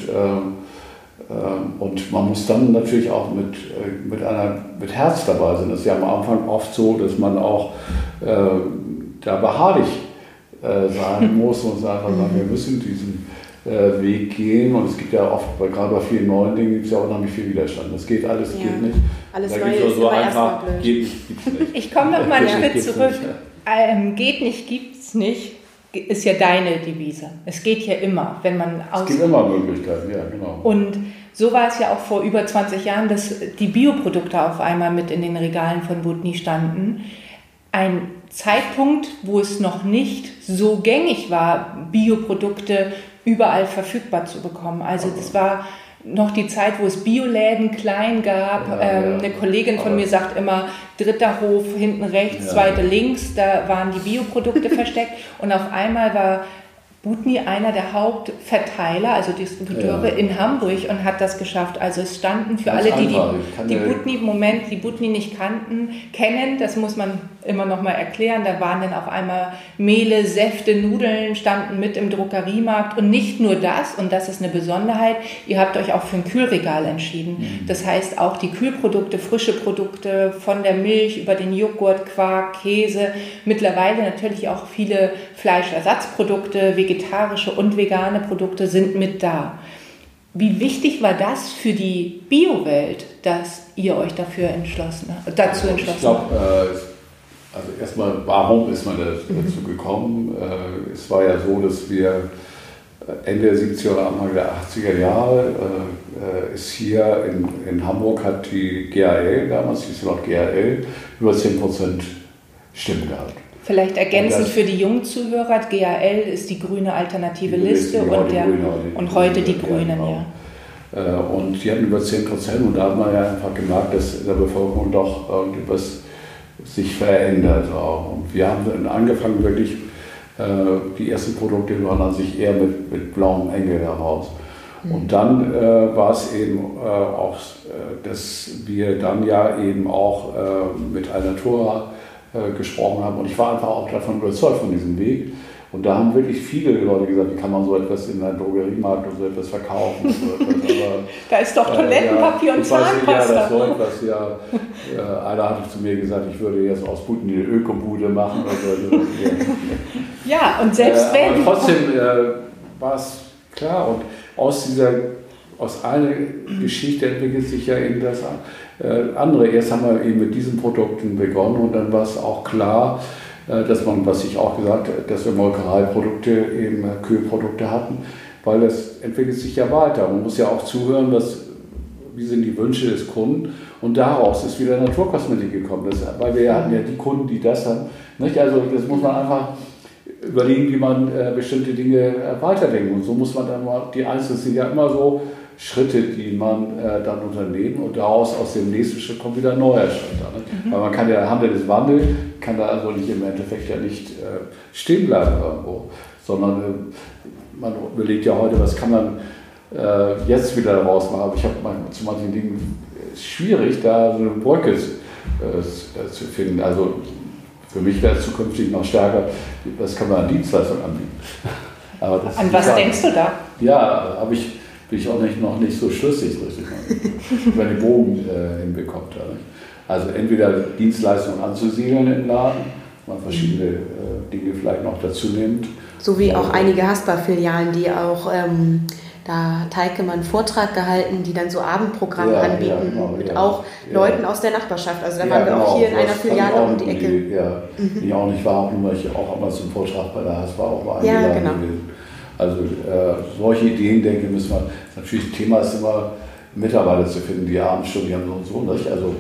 Speaker 2: man muss dann natürlich auch mit Herz dabei sein. Das ist ja am Anfang oft so, dass man auch da beharrlich sein muss und einfach sagen, wir müssen diesen Weg gehen. Und es gibt ja oft, gerade bei vielen neuen Dingen, gibt es ja auch unheimlich viel Widerstand. Das geht alles, geht nicht.
Speaker 3: Alles
Speaker 2: da
Speaker 3: Neue
Speaker 2: gibt's
Speaker 3: ist
Speaker 2: so
Speaker 3: immer
Speaker 2: einfach,
Speaker 3: erstmal blöd.
Speaker 2: Geht nicht, gibt's nicht.
Speaker 1: Ich komme noch mal einen Schritt zurück. Geht nicht, gibt's nicht. Ist ja deine Devise. Es geht ja immer, wenn man
Speaker 2: Es gibt immer Möglichkeiten, ja, genau.
Speaker 1: Und so war es ja auch vor über 20 Jahren, dass die Bioprodukte auf einmal mit in den Regalen von Bhutni standen. Ein Zeitpunkt, wo es noch nicht so gängig war, Bioprodukte überall verfügbar zu bekommen. Also das war noch die Zeit, wo es Bioläden klein gab. Eine Kollegin von mir sagt immer, 3. Hof hinten rechts, 2. links, da waren die Bioprodukte versteckt. Und auf einmal war Bhutni einer der Hauptverteiler, also Distributeure in Hamburg und hat das geschafft. Also es standen für alle, die die Bhutni nicht kennen, das muss man immer noch mal erklären, da waren dann auf einmal Mehle, Säfte, Nudeln standen mit im Drogeriemarkt und nicht nur das, und das ist eine Besonderheit, ihr habt euch auch für ein Kühlregal entschieden. Das heißt auch die Kühlprodukte, frische Produkte von der Milch über den Joghurt, Quark, Käse, mittlerweile natürlich auch viele Fleischersatzprodukte, vegetarische und vegane Produkte sind mit da. Wie wichtig war das für die Biowelt, dass ihr euch dazu entschlossen habt?
Speaker 2: Ich glaube, also erstmal, warum ist man dazu gekommen? Es war ja so, dass wir Ende der 70er oder Anfang der 80er Jahre ist hier in Hamburg hat die GAL, damals hieß sie noch GAL, über 10% Stimmen gehabt.
Speaker 1: Vielleicht ergänzend für die jungen Zuhörer, GAL ist die grüne alternative Liste und heute die Grünen.
Speaker 2: Ja. Und die hatten über 10% und da hat man ja einfach gemerkt, dass in der Bevölkerung doch irgendwas sich verändert auch. Und wir haben dann angefangen wirklich, die ersten Produkte waren an sich eher mit blauem Engel heraus. Und dann war es eben auch, dass wir dann ja eben auch mit Alnatura gesprochen haben und ich war einfach auch davon überzeugt von diesem Weg und da haben wirklich viele Leute gesagt, wie kann man so etwas in einem Drogeriemarkt und so etwas verkaufen und so etwas. Aber,
Speaker 1: da ist doch Toilettenpapier und Zahnpasta.
Speaker 2: Ja, das so etwas, einer hatte zu mir gesagt, ich würde jetzt aus Bhutni eine Ökobude machen oder so.
Speaker 1: Ja, und selbst wenn.
Speaker 2: Aber trotzdem war es klar und aus einer Geschichte entwickelt sich ja eben das andere. Erst haben wir eben mit diesen Produkten begonnen und dann war es auch klar, dass man, was ich auch gesagt habe, dass wir Molkereiprodukte, eben Kühlprodukte hatten, weil das entwickelt sich ja weiter. Man muss ja auch zuhören, wie sind die Wünsche des Kunden und daraus ist wieder Naturkosmetik gekommen. Weil wir hatten ja die Kunden, die das haben. Nicht? Also das muss man einfach überlegen, wie man bestimmte Dinge weiterdenkt. Und so muss man dann mal, die Einzelnen sind ja immer so Schritte, die man dann unternehmen und daraus aus dem nächsten Schritt kommt wieder ein neuer Schritt. Weil man kann ja Handel des Wandel, kann da also nicht im Endeffekt ja nicht stehen bleiben irgendwo, sondern man überlegt ja heute, was kann man jetzt wieder daraus machen. Aber ich habe zu manchen Dingen schwierig, da so eine Brücke zu finden. Also für mich wäre es zukünftig noch stärker, was kann man an Dienstleistungen anbieten.
Speaker 1: Aber an was denkst du da?
Speaker 2: Ja, bin ich auch noch nicht so schlüssig, richtig, über den Bogen hinbekommt. Also entweder Dienstleistungen anzusiedeln im Laden, man verschiedene Dinge vielleicht noch dazu nimmt.
Speaker 3: So wie auch einige Haspa-Filialen, die auch, da hat Heike mal einen Vortrag gehalten, die dann so Abendprogramme anbieten, mit auch Leuten aus der Nachbarschaft. Also da waren wir auch hier in einer Filiale um die Ecke.
Speaker 2: Die auch nicht war, nur weil ich auch einmal zum Vortrag bei der Haspa auch mal
Speaker 3: eingeladen
Speaker 2: gewesen. Also solche Ideen, denke ich, müssen wir, natürlich Thema ist immer, Mitarbeiter zu finden, die abends studieren und so. Nicht? Also,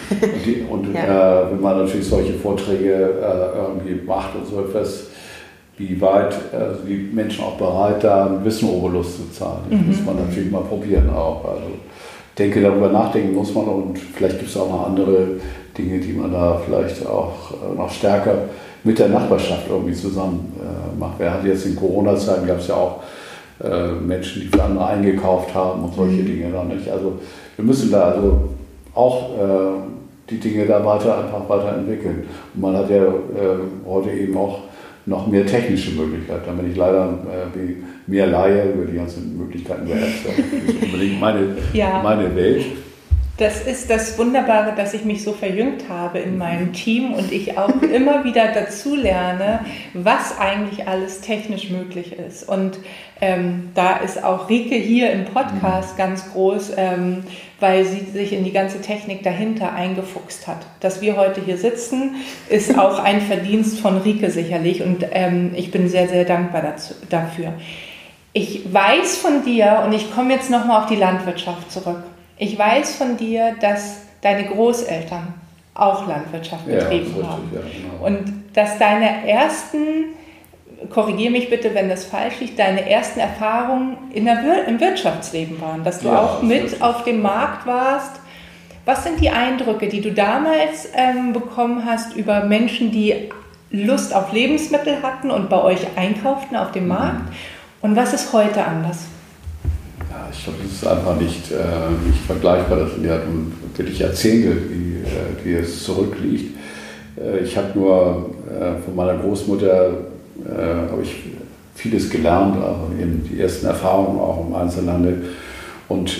Speaker 2: wenn man natürlich solche Vorträge irgendwie macht und so etwas, wie weit die Menschen auch bereit da einen Wissenoberlust zu zahlen. Das muss man natürlich mal probieren auch. Also ich denke, darüber nachdenken muss man und vielleicht gibt es auch noch andere Dinge, die man da vielleicht auch noch stärker mit der Nachbarschaft irgendwie zusammen macht. Wir hatten jetzt in Corona-Zeiten, gab es ja auch Menschen, die für andere eingekauft haben und solche Dinge dann nicht. Also wir müssen da also auch die Dinge da einfach weiterentwickeln. Und man hat ja heute eben auch noch mehr technische Möglichkeiten. Da bin ich leider mehr Laie über die ganzen Möglichkeiten der Apps. Das ist unbedingt meine Welt.
Speaker 1: Das ist das Wunderbare, dass ich mich so verjüngt habe in meinem Team und ich auch immer wieder dazu lerne, was eigentlich alles technisch möglich ist. Und da ist auch Rike hier im Podcast ganz groß, weil sie sich in die ganze Technik dahinter eingefuchst hat. Dass wir heute hier sitzen, ist auch ein Verdienst von Rike sicherlich und ich bin sehr, sehr dankbar dafür. Ich weiß von dir, und ich komme jetzt nochmal auf die Landwirtschaft zurück, ich weiß von dir, dass deine Großeltern auch Landwirtschaft betrieben haben. Ja, genau. Und dass deine ersten, korrigiere mich bitte, wenn das falsch liegt, deine ersten Erfahrungen im Wirtschaftsleben waren, dass du auch mit auf dem Markt warst. Was sind die Eindrücke, die du damals bekommen hast über Menschen, die Lust auf Lebensmittel hatten und bei euch einkauften auf dem Markt? Und was ist heute anders?
Speaker 2: Ich glaube, das ist einfach nicht vergleichbar. Das sind ja wirklich Jahrzehnte, die es zurückliegt. Ich habe nur von meiner Großmutter habe ich vieles gelernt, also eben die ersten Erfahrungen auch im Einzelhandel. Und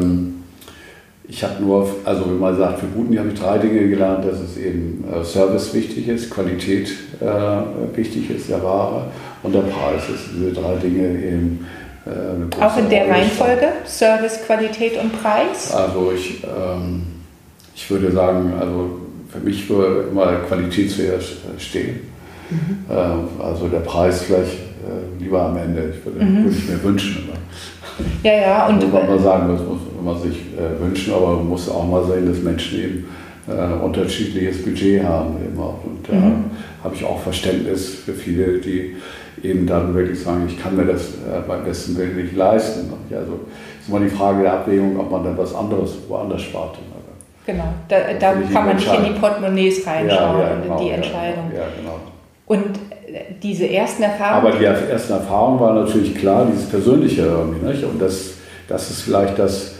Speaker 2: ich habe nur, also wenn man sagt, für Guten habe ich 3 Dinge gelernt, dass es eben Service wichtig ist, Qualität wichtig ist, der Ware und der Preis. Das sind diese 3 Dinge eben.
Speaker 1: Auch in der Reihenfolge? Service, Qualität und Preis?
Speaker 2: Also ich würde sagen, also für mich würde immer Qualität zuerst stehen. Also der Preis vielleicht lieber am Ende. Würde ich mir wünschen. Und muss man mal sagen, das muss man sich wünschen, aber man muss auch mal sehen, dass Menschen eben unterschiedliches Budget haben. Und da habe ich auch Verständnis für viele, die eben dann wirklich sagen, ich kann mir das beim besten Willen nicht leisten. Also ist immer die Frage der Abwägung, ob man dann was anderes woanders spart.
Speaker 1: Genau, da kann man nicht in die Portemonnaies reinschauen und in die Entscheidung.
Speaker 2: Ja, genau.
Speaker 1: Und diese ersten Erfahrungen...
Speaker 2: Aber die ersten Erfahrungen waren natürlich klar, dieses Persönliche irgendwie, nicht? Und das ist vielleicht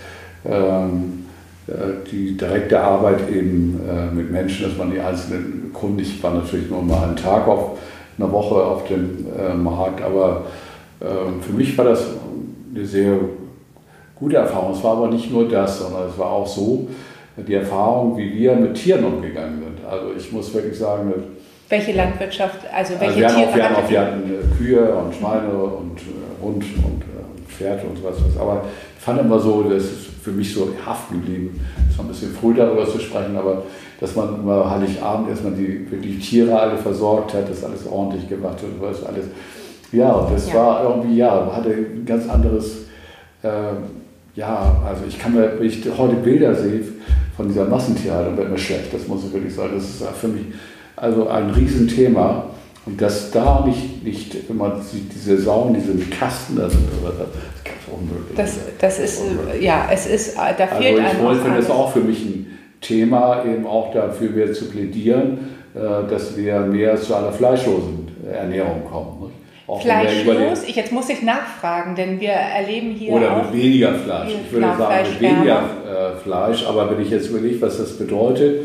Speaker 2: die direkte Arbeit eben mit Menschen, dass man die einzelnen Kunden, ich war natürlich nur mal einen Tag auf einer Woche auf dem Markt, aber für mich war das eine sehr gute Erfahrung. Es war aber nicht nur das, sondern es war auch so, die Erfahrung, wie wir mit Tieren umgegangen sind. Also ich muss wirklich sagen...
Speaker 1: Welche Landwirtschaft, also welche
Speaker 2: Tiere? Wir
Speaker 1: hatten
Speaker 2: Kühe und Schweine und Hund und Pferde und sowas. Aber ich fand immer so, das ist für mich so haften geblieben. Es war ein bisschen früh darüber zu sprechen, aber dass man immer Heiligabend erstmal die Tiere alle versorgt hat, das alles ordentlich gemacht und was alles. Ja, und das war irgendwie, hatte ein ganz anderes Ja, also wenn ich heute Bilder sehe von dieser Massentierhaltung, wird mir schlecht, das muss ich wirklich sagen. Das ist für mich also ein Riesenthema. Und dass da nicht wenn man sieht, diese Sauen, diese Kasten, das ist ganz unmöglich.
Speaker 1: Das ist, ja, es ist, da fehlt
Speaker 2: also
Speaker 1: einfach
Speaker 2: ich finde das auch für mich ein Thema, eben auch dafür wieder zu plädieren, dass wir mehr zu einer fleischlosen Ernährung kommen. Nicht? Auch
Speaker 1: fleischlos? Jetzt muss ich nachfragen, denn wir erleben hier
Speaker 2: oder
Speaker 1: auch
Speaker 2: mit weniger Fleisch. Ich würde sagen, mit weniger Fleisch, aber wenn ich jetzt überlege, was das bedeutet,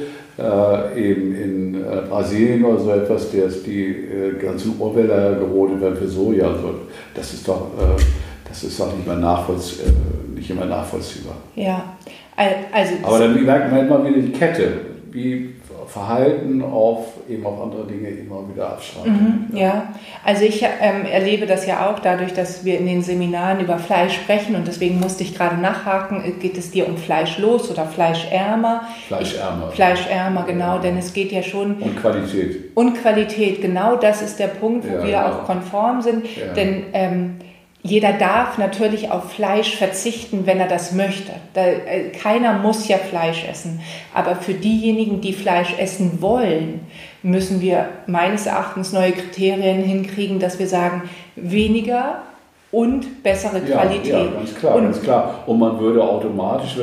Speaker 2: eben in Brasilien oder so etwas, die ganzen Urwälder gerodet werden für Soja, also das ist doch nicht mehr nachvollziehbar.
Speaker 1: Ja, also
Speaker 2: aber dann merkt man immer wieder die Kette, wie Verhalten auf andere Dinge immer wieder abstrahlt.
Speaker 1: Ja, also ich erlebe das ja auch dadurch, dass wir in den Seminaren über Fleisch sprechen und deswegen musste ich gerade nachhaken, geht es dir um fleischlos oder fleischärmer? Fleischärmer, genau, denn es geht ja schon... Und Qualität, genau das ist der Punkt, wo wir auch konform sind, denn... jeder darf natürlich auf Fleisch verzichten, wenn er das möchte. Keiner muss ja Fleisch essen. Aber für diejenigen, die Fleisch essen wollen, müssen wir meines Erachtens neue Kriterien hinkriegen, dass wir sagen, weniger und bessere Qualität.
Speaker 2: Ja, ganz klar. Und man würde automatisch,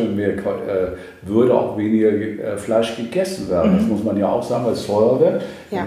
Speaker 2: würde auch weniger Fleisch gegessen werden. Das muss man ja auch sagen, weil es teurer wird. Ja.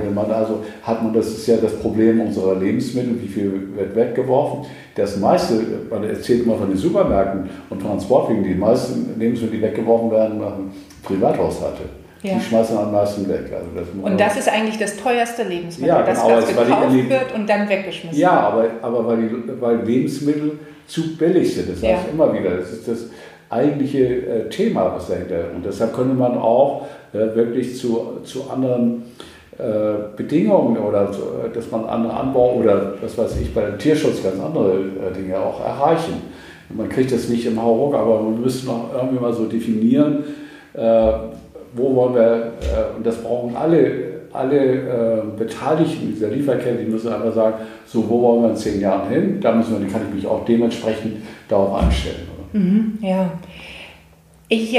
Speaker 2: Das ist ja das Problem unserer Lebensmittel, wie viel wird weggeworfen. Das meiste, man erzählt immer von den Supermärkten und Transportwegen, die meisten Lebensmittel, die weggeworfen werden, machen Privathaushalte. Die schmeißen am meisten weg. Also
Speaker 1: das ist eigentlich das teuerste Lebensmittel, das gekauft wird und dann weggeschmissen wird.
Speaker 2: Ja, aber weil Lebensmittel zu billig sind. Das heißt immer wieder, das ist das eigentliche Thema, was dahinter ist. Und deshalb könnte man auch wirklich zu anderen Bedingungen oder dass man andere Anbau oder was weiß ich, bei dem Tierschutz ganz andere Dinge auch erreichen. Man kriegt das nicht im Hauruck, aber man müsste noch irgendwie mal so definieren, wo wollen wir, und das brauchen alle Beteiligten dieser Lieferkette, die müssen einfach sagen, so wo wollen wir in 10 Jahren hin, da kann ich mich auch dementsprechend darauf einstellen. Oder?
Speaker 1: Ja, ich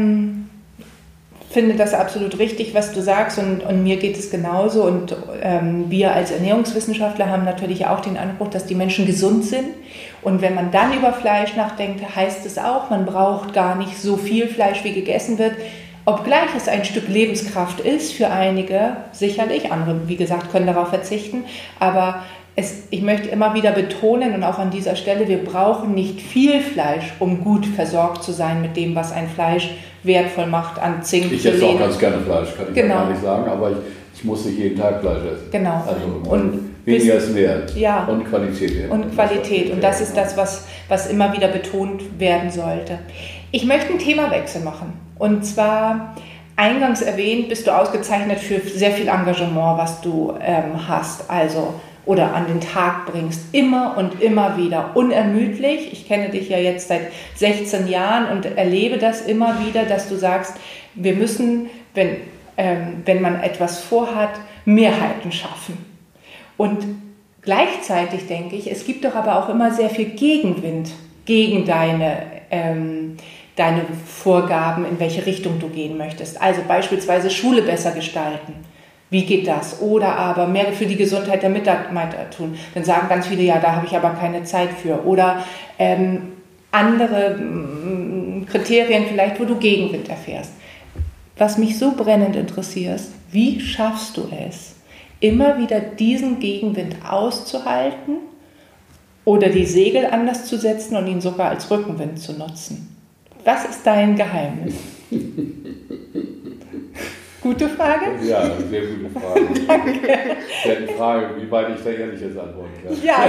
Speaker 1: finde das absolut richtig, was du sagst und mir geht es genauso und wir als Ernährungswissenschaftler haben natürlich auch den Anspruch, dass die Menschen gesund sind und wenn man dann über Fleisch nachdenkt, heißt es auch, man braucht gar nicht so viel Fleisch, wie gegessen wird, obgleich es ein Stück Lebenskraft ist für einige, sicherlich, andere, wie gesagt, können darauf verzichten, aber ich möchte immer wieder betonen und auch an dieser Stelle, wir brauchen nicht viel Fleisch, um gut versorgt zu sein mit dem, was ein Fleisch wertvoll macht an Zink.
Speaker 2: Ich esse auch ganz gerne Fleisch, kann ich gar nicht sagen, aber ich muss nicht jeden Tag Fleisch essen.
Speaker 1: Genau.
Speaker 2: Und weniger ist mehr.
Speaker 1: Ja.
Speaker 2: Und Qualität.
Speaker 1: Und Qualität. Und das ist das, was immer wieder betont werden sollte. Ich möchte einen Themawechsel machen. Und zwar, eingangs erwähnt, bist du ausgezeichnet für sehr viel Engagement, was du hast. Oder an den Tag bringst, immer und immer wieder, unermüdlich. Ich kenne dich ja jetzt seit 16 Jahren und erlebe das immer wieder, dass du sagst, wir müssen, wenn man etwas vorhat, Mehrheiten schaffen. Und gleichzeitig denke ich, es gibt doch aber auch immer sehr viel Gegenwind gegen deine Vorgaben, in welche Richtung du gehen möchtest. Also beispielsweise Schule besser gestalten. Wie geht das? Oder aber mehr für die Gesundheit der Mitarbeiter tun. Dann sagen ganz viele, ja, da habe ich aber keine Zeit für. Oder andere Kriterien vielleicht, wo du Gegenwind erfährst. Was mich so brennend interessiert, wie schaffst du es, immer wieder diesen Gegenwind auszuhalten oder die Segel anders zu setzen und ihn sogar als Rückenwind zu nutzen? Was ist dein Geheimnis? Gute Frage?
Speaker 2: Ja, sehr gute Frage.
Speaker 1: Danke.
Speaker 2: Ja, die Frage, wie weit ich da ehrlich jetzt antworten kann.
Speaker 1: Ja,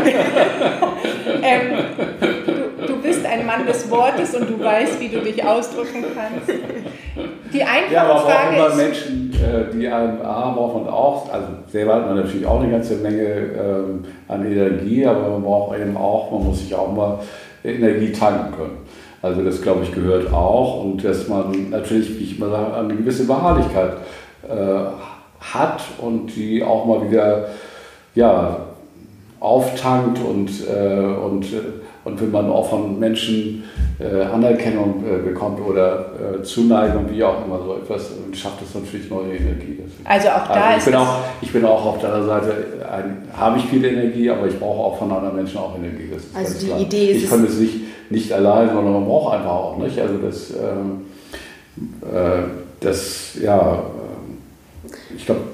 Speaker 1: du bist ein Mann des Wortes und du weißt, wie du dich ausdrücken kannst. Die einfache Frage
Speaker 2: auch immer
Speaker 1: ist...
Speaker 2: Menschen, die einem braucht man auch, also selber hat man natürlich auch eine ganze Menge an Energie, aber man braucht eben auch, man muss sich auch mal Energie tanken können. Also das, glaube ich, gehört auch und dass man natürlich, wie ich mal sage, eine gewisse Beharrlichkeit hat und die auch mal wieder auftankt und Und wenn man auch von Menschen Anerkennung bekommt oder Zuneigung, wie auch immer so etwas, schafft es natürlich neue Energie.
Speaker 1: Also auch da
Speaker 2: ich bin auch auf der anderen Seite, habe ich viel Energie, aber ich brauche auch von anderen Menschen auch Energie. Das ist
Speaker 3: also die
Speaker 2: klar.
Speaker 3: Idee ist,
Speaker 2: ich kann es nicht allein, sondern man braucht einfach auch, nicht? Also ich glaube,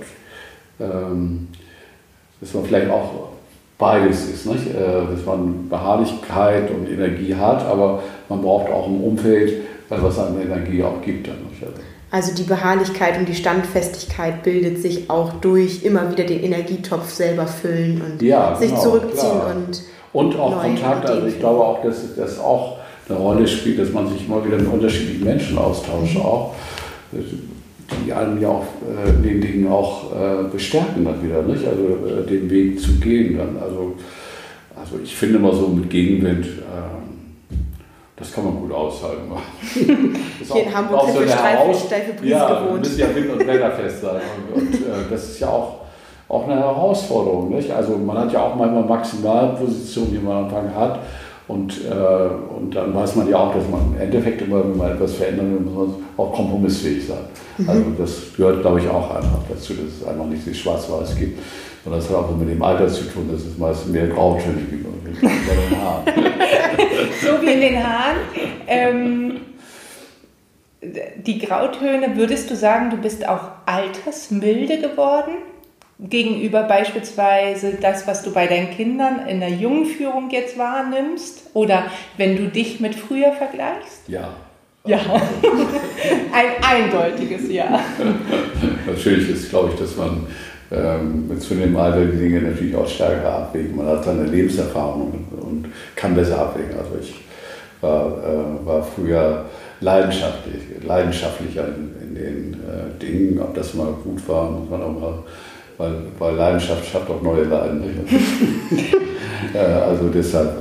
Speaker 2: dass man vielleicht auch beides ist, nicht? Dass man Beharrlichkeit und Energie hat, aber man braucht auch ein Umfeld, was einem Energie auch gibt. Dann, nicht?
Speaker 3: Also die Beharrlichkeit und die Standfestigkeit bildet sich auch durch immer wieder den Energietopf selber füllen und sich zurückziehen
Speaker 2: klar. Und auch Kontakt. Also ich glaube auch, dass das auch eine Rolle spielt, dass man sich immer wieder mit unterschiedlichen Menschen austauscht, auch, die einen ja auch in den Dingen auch bestärken dann wieder, nicht? Also den Weg zu gehen dann. Also ich finde immer so mit Gegenwind, das kann man gut aushalten.
Speaker 3: Hier in Hamburg sind wir steife Brise gewohnt.
Speaker 2: Müssen ja Wind- und Wetterfest sein. Und das ist ja auch eine Herausforderung, nicht? Also man hat ja auch manchmal Maximalpositionen, die man am Anfang hat. Und dann weiß man ja auch, dass man im Endeffekt immer, wenn man etwas verändern will, muss man auch kompromissfähig sein. Also das gehört, glaube ich, auch einfach dazu, dass es einfach nicht so schwarz-weiß gibt. Und das hat auch mit dem Alter zu tun, dass es meistens mehr Grautöne gibt bei den Haaren.
Speaker 1: So wie in den Haaren. Die Grautöne, würdest du sagen, du bist auch altersmilde geworden? Gegenüber beispielsweise das, was du bei deinen Kindern in der Jungführung jetzt wahrnimmst? Oder wenn du dich mit früher vergleichst?
Speaker 2: Ja.
Speaker 1: Ja, ein eindeutiges Ja.
Speaker 2: Natürlich ist, glaube ich, dass man mit zunehmendem Alter die Dinge natürlich auch stärker abwägen. Man hat seine Lebenserfahrung und kann besser abwägen. Also ich war früher leidenschaftlicher in den Dingen. Ob das mal gut war, muss man auch mal, weil Leidenschaft schafft auch neue Leiden. Also deshalb,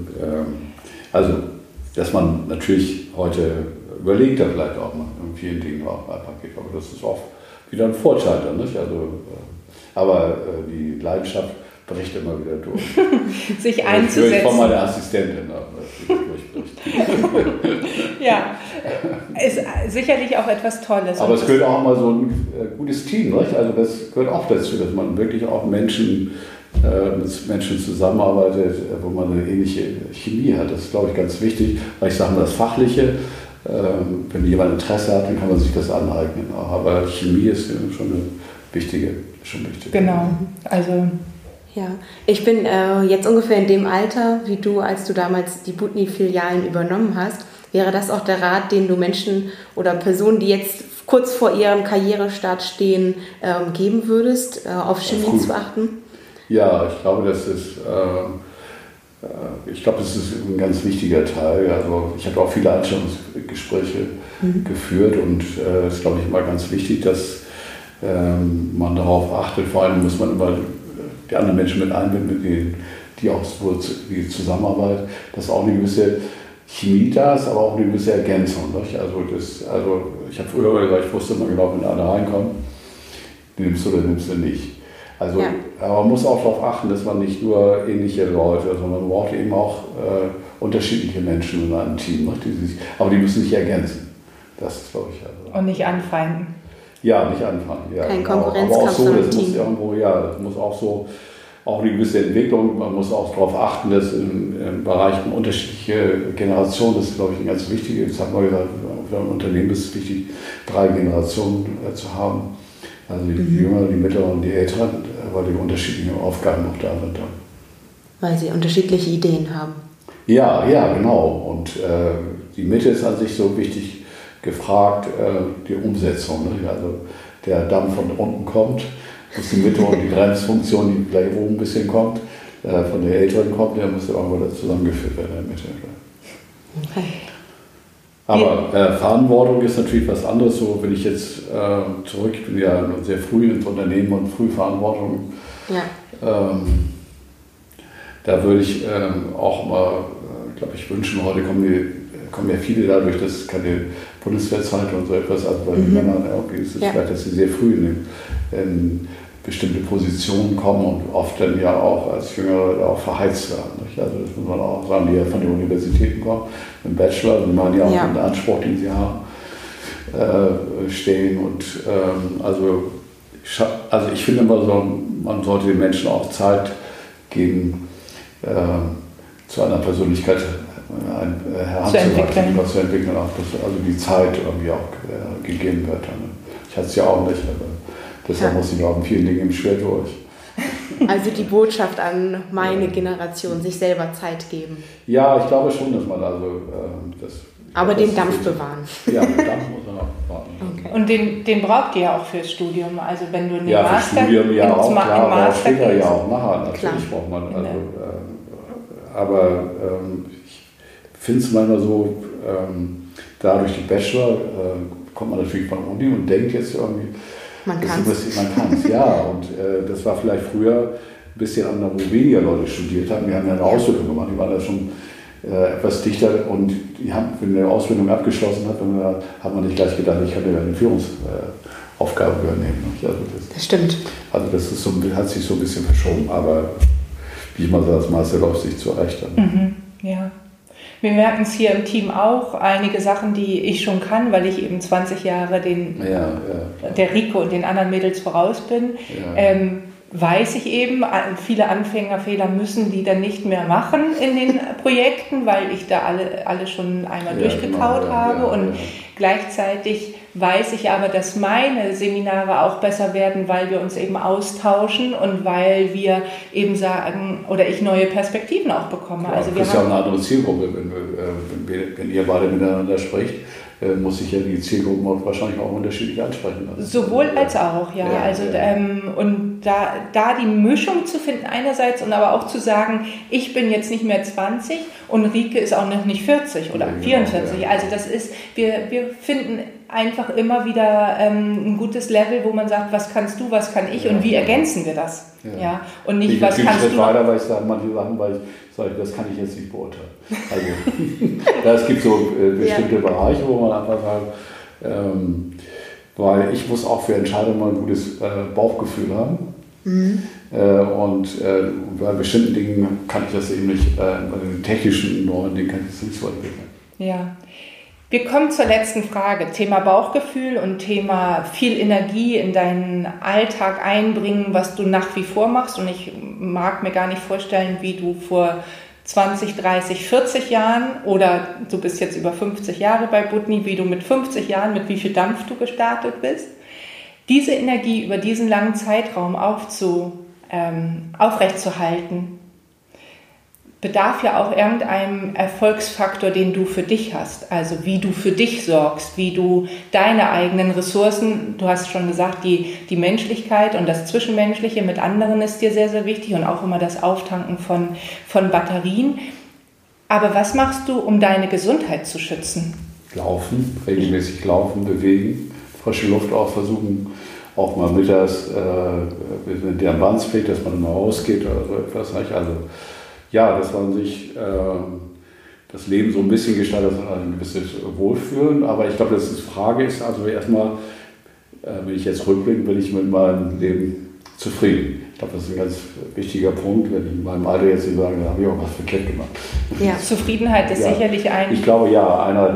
Speaker 2: dass man natürlich heute überlegt, da vielleicht auch mal in vielen Dingen auch einfach geht. Aber das ist auch wieder ein Vorteil dann, nicht? Aber die Leidenschaft bricht immer wieder durch.
Speaker 1: Sich einzusetzen.
Speaker 2: Ich von meiner Assistentin, die durchbricht.
Speaker 1: Ja, ist sicherlich auch etwas Tolles.
Speaker 2: Aber es gehört auch mal so ein gutes Team, nicht? Also das gehört auch dazu, dass man wirklich auch mit Menschen zusammenarbeitet, wo man eine ähnliche Chemie hat. Das ist, glaube ich, ganz wichtig, weil ich sage mal, das Fachliche, wenn jemand Interesse hat, dann kann man sich das aneignen. Aber Chemie ist schon eine wichtige.
Speaker 1: Genau, also...
Speaker 3: Ja, ich bin jetzt ungefähr in dem Alter wie du, als du damals die Butni-Filialen übernommen hast. Wäre das auch der Rat, den du Menschen oder Personen, die jetzt kurz vor ihrem Karrierestart stehen, geben würdest, auf Chemie zu achten?
Speaker 2: Ja, ich glaube, das ist ein ganz wichtiger Teil. Also ich habe auch viele Einstellungsgespräche geführt und es ist, glaube ich, immer ganz wichtig, dass man darauf achtet. Vor allem muss man immer die anderen Menschen mit einbinden, mit denen die Zusammenarbeit, dass auch eine gewisse Chemie da ist, aber auch eine gewisse Ergänzung. Nicht? Also ich habe früher gesagt, ich wusste immer genau, wenn einer reinkommt, nimmst du oder nimmst du nicht. Also, ja. Aber man muss auch darauf achten, dass man nicht nur ähnliche Leute, sondern man braucht eben auch unterschiedliche Menschen in einem Team. Aber die müssen sich ergänzen. Das ist, glaube ich. Also.
Speaker 1: Und nicht anfeinden.
Speaker 2: Ja, nicht anfangen. Ja,
Speaker 3: kein Konkurrenzkampf,
Speaker 2: aber auch so, das muss irgendwo, das muss auch so, auch eine gewisse Entwicklung, man muss auch darauf achten, dass im Bereich unterschiedliche Generationen, das ist, glaube ich, ein ganz wichtiges, das hat man gesagt, für ein Unternehmen ist es wichtig, 3 Generationen zu haben. Also die Jüngeren, die Mittleren und die Älteren, weil die unterschiedlichen Aufgaben auch da sind.
Speaker 3: Weil sie unterschiedliche Ideen haben.
Speaker 2: Ja, genau. Und die Mitte ist an sich so wichtig gefragt, die Umsetzung. Ne? Also der Dampf von unten kommt, muss die Mitte und die Grenzfunktion, die vielleicht oben ein bisschen kommt, von der Älteren kommt, der muss irgendwo da zusammengeführt werden in der Mitte. Okay. Aber Verantwortung ist natürlich was anderes. So, wenn ich jetzt ich bin ja sehr früh ins Unternehmen und früh Verantwortung. Ja. Da würde ich auch mal, glaube ich, wünschen, heute kommen ja viele dadurch, dass es keine Bundeswehrzeit und so etwas, also bei den Männern irgendwie ist es vielleicht, dass sie sehr früh in bestimmte Positionen kommen und oft dann ja auch als Jüngere Leute auch verheizt werden. Nicht? Also das muss man auch sagen, die ja von den Universitäten kommen, im Bachelor, die machen ja auch den Anspruch, den sie haben, stehen. Und also ich finde immer so, man sollte den Menschen auch Zeit geben, zu einer Persönlichkeit heranzuwachsen, was zu entwickeln, auch dass also die Zeit irgendwie auch gegeben wird. Ich hatte es ja auch nicht, aber deshalb muss ich auch in vielen Dingen schwer durch.
Speaker 3: Also die Botschaft an meine Generation, sich selber Zeit geben.
Speaker 2: Ja, ich glaube schon, dass man also
Speaker 3: aber den Dampf bewahren.
Speaker 2: Ja, den Dampf muss man auch bewahren.
Speaker 1: Okay. Und den braucht ihr ja auch fürs Studium. Also wenn du in den
Speaker 2: Master... Ja, fürs Studium ja auch, klar, aber später ja auch nachher. Natürlich braucht man... Also, aber ich finde es manchmal so, dadurch die Bachelor kommt man natürlich von der Uni und denkt jetzt irgendwie...
Speaker 3: Man kann
Speaker 2: es, ja. Und das war vielleicht früher ein bisschen anders, wo weniger Leute studiert haben. Wir haben ja eine Ausbildung gemacht, die waren da schon etwas dichter und die haben, wenn eine Ausbildung abgeschlossen hat, hat man nicht gleich gedacht, ich kann ja eine Führungsaufgabe übernehmen. Also
Speaker 3: das stimmt.
Speaker 2: Also das ist hat sich so ein bisschen verschoben, aber wie ich mal sage, das meiste läuft sich zurecht.
Speaker 1: Ja. Wir merken es hier im Team auch, einige Sachen, die ich schon kann, weil ich eben 20 Jahre der Rico und den anderen Mädels voraus bin. Ja. Weiß ich eben, viele Anfängerfehler müssen die dann nicht mehr machen in den Projekten, weil ich da alle schon einmal durchgekaut habe. Und gleichzeitig weiß ich aber, dass meine Seminare auch besser werden, weil wir uns eben austauschen und weil wir eben sagen, oder ich neue Perspektiven auch bekomme.
Speaker 2: Ja, also das ist ja auch eine andere Zielgruppe, wenn ihr beide miteinander spricht. Muss ich ja die Zielgruppen auch wahrscheinlich auch unterschiedlich ansprechen.
Speaker 1: Sowohl als auch, ja. Und da die Mischung zu finden einerseits und aber auch zu sagen, ich bin jetzt nicht mehr 20 und Rike ist auch noch nicht 40 oder 44. Ja. Also das ist, wir finden einfach immer wieder ein gutes Level, wo man sagt, was kannst du, was kann ich und wie ergänzen wir das? Ja. Und nicht, was kannst du...
Speaker 2: weiter, weil ich sage manche Sachen, weil ich sage, das kann ich jetzt nicht beurteilen. Also es gibt so bestimmte Bereiche, wo man einfach sagt, weil ich muss auch für Entscheidungen mal ein gutes Bauchgefühl haben. Und bei bestimmten Dingen kann ich das eben nicht, bei den technischen neuen Dingen kann ich das nicht so entwickeln.
Speaker 1: Ja. Wir kommen zur letzten Frage. Thema Bauchgefühl und Thema viel Energie in deinen Alltag einbringen, was du nach wie vor machst. Und ich mag mir gar nicht vorstellen, wie du vor 20, 30, 40 Jahren oder du bist jetzt über 50 Jahre bei Budni, wie du mit 50 Jahren, mit wie viel Dampf du gestartet bist. Diese Energie über diesen langen Zeitraum aufrechtzuerhalten, bedarf ja auch irgendeinem Erfolgsfaktor, den du für dich hast. Also wie du für dich sorgst, wie du deine eigenen Ressourcen, du hast schon gesagt, die Menschlichkeit und das Zwischenmenschliche mit anderen ist dir sehr, sehr wichtig und auch immer das Auftanken von Batterien. Aber was machst du, um deine Gesundheit zu schützen?
Speaker 2: Laufen, regelmäßig laufen, bewegen, frische Luft auch versuchen, auch mal mittags mit der Bandspflicht, dass man mal rausgeht oder so etwas. Also ja, dass man sich das Leben so ein bisschen gestaltet, dass man ein gewisses Wohlfühlen. Aber ich glaube, die Frage ist also erstmal, wenn ich jetzt rückblicke, bin ich mit meinem Leben zufrieden. Ich glaube, das ist ein ganz wichtiger Punkt, wenn ich in meinem Alter jetzt nicht sage, da habe ich auch was verkehrt gemacht.
Speaker 1: Ja, Zufriedenheit ist sicherlich ein...
Speaker 2: Ich glaube, ja, einer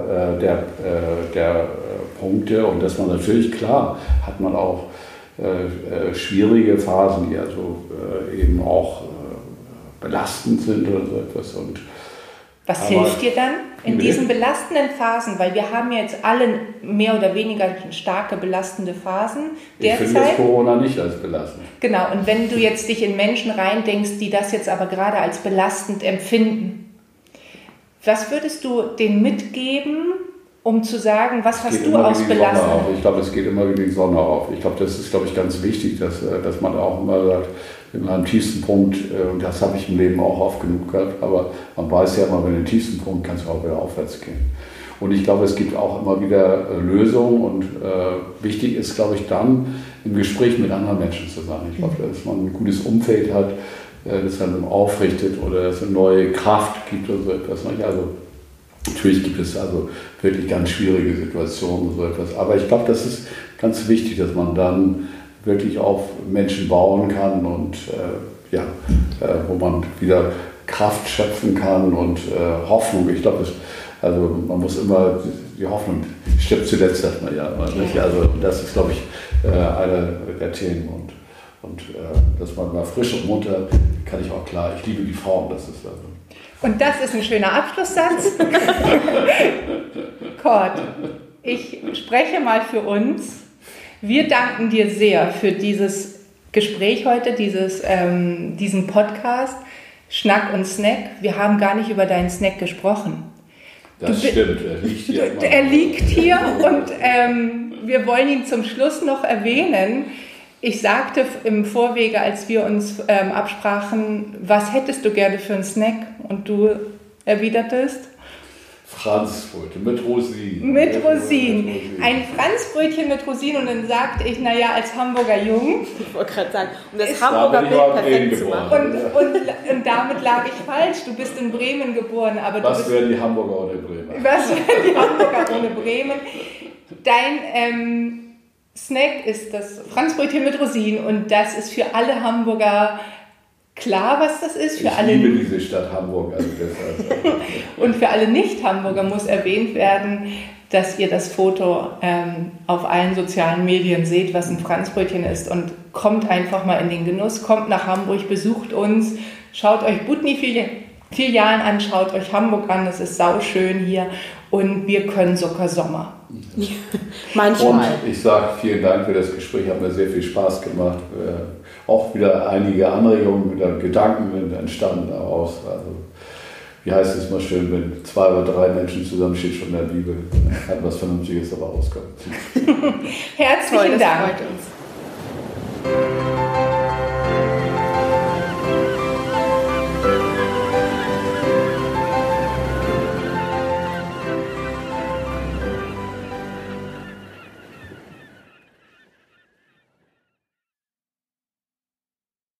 Speaker 2: der Punkte, und dass man natürlich, klar, hat man auch schwierige Phasen, die also eben auch belastend sind oder so etwas.
Speaker 1: Was hilft dir dann in diesen belastenden Phasen? Weil wir haben jetzt alle mehr oder weniger starke belastende Phasen derzeit.
Speaker 2: Ich finde jetzt Corona nicht als belastend.
Speaker 1: Genau, und wenn du jetzt dich in Menschen reindenkst, die das jetzt aber gerade als belastend empfinden, was würdest du denen mitgeben, um zu sagen, was hast du aus belastend?
Speaker 2: Ich glaube, es geht immer wie die Sonne auf. Ich glaube, das ist, ganz wichtig, dass man auch immer sagt, in einem tiefsten Punkt, und das habe ich im Leben auch oft genug gehabt, aber man weiß ja immer, wenn du den tiefsten Punkt kannst du auch wieder aufwärts gehen. Und ich glaube, es gibt auch immer wieder Lösungen und wichtig ist, glaube ich, dann im Gespräch mit anderen Menschen zu sein. Ich glaube, dass man ein gutes Umfeld hat, das dann aufrichtet oder dass es eine neue Kraft gibt oder so etwas. Also natürlich gibt es also wirklich ganz schwierige Situationen oder so etwas, aber ich glaube, das ist ganz wichtig, dass man dann wirklich auf Menschen bauen kann und wo man wieder Kraft schöpfen kann und Hoffnung. Ich glaube, also man muss immer, die Hoffnung stirbt zuletzt, sagt man ja. Nicht? Also das ist, glaube ich, eine der Themen. Und dass man mal frisch und munter, kann ich auch klar, ich liebe die Frauen, das ist also.
Speaker 1: Und das ist ein schöner Abschlusssatz. Kurt, ich spreche mal für uns. Wir danken dir sehr für dieses Gespräch heute, diesen Podcast, Schnack und Snack. Wir haben gar nicht über deinen Snack gesprochen.
Speaker 2: Das stimmt, er liegt hier.
Speaker 1: Er liegt hier und wir wollen ihn zum Schluss noch erwähnen. Ich sagte im Vorwege, als wir uns absprachen, was hättest du gerne für einen Snack? Und du erwidertest?
Speaker 2: Franzbrötchen mit Rosinen.
Speaker 1: Mit Rosinen. Ein Franzbrötchen mit Rosinen. Und dann sagte ich, naja, als Hamburger Jung.
Speaker 3: Ich wollte gerade sagen, um das Hamburger Bild perfekt zu machen.
Speaker 1: Und damit lag ich falsch. Du bist in Bremen geboren. Aber
Speaker 2: was wären die Hamburger ohne Bremen?
Speaker 1: Was wären die Hamburger ohne Bremen? Dein Snack ist das Franzbrötchen mit Rosinen. Und das ist für alle Hamburger klar, was das ist. Für
Speaker 2: ich liebe diese Stadt Hamburg. Also deshalb.
Speaker 1: Und für alle Nicht-Hamburger muss erwähnt werden, dass ihr das Foto auf allen sozialen Medien seht, was ein Franzbrötchen ist. Und kommt einfach mal in den Genuss, kommt nach Hamburg, besucht uns, schaut euch Butni-Filialen an, schaut euch Hamburg an, es ist sauschön hier und wir können sogar Sommer.
Speaker 3: Manchmal.
Speaker 2: Und ich sage vielen Dank für das Gespräch, hat mir sehr viel Spaß gemacht. Auch wieder einige Anregungen, wieder Gedanken entstanden daraus. Also, wie heißt es mal schön, wenn 2 oder 3 Menschen zusammenstehen, schon in der Bibel, kann was Vernünftiges dabei rauskommen.
Speaker 1: Herzlichen Dank.
Speaker 3: Das freut uns.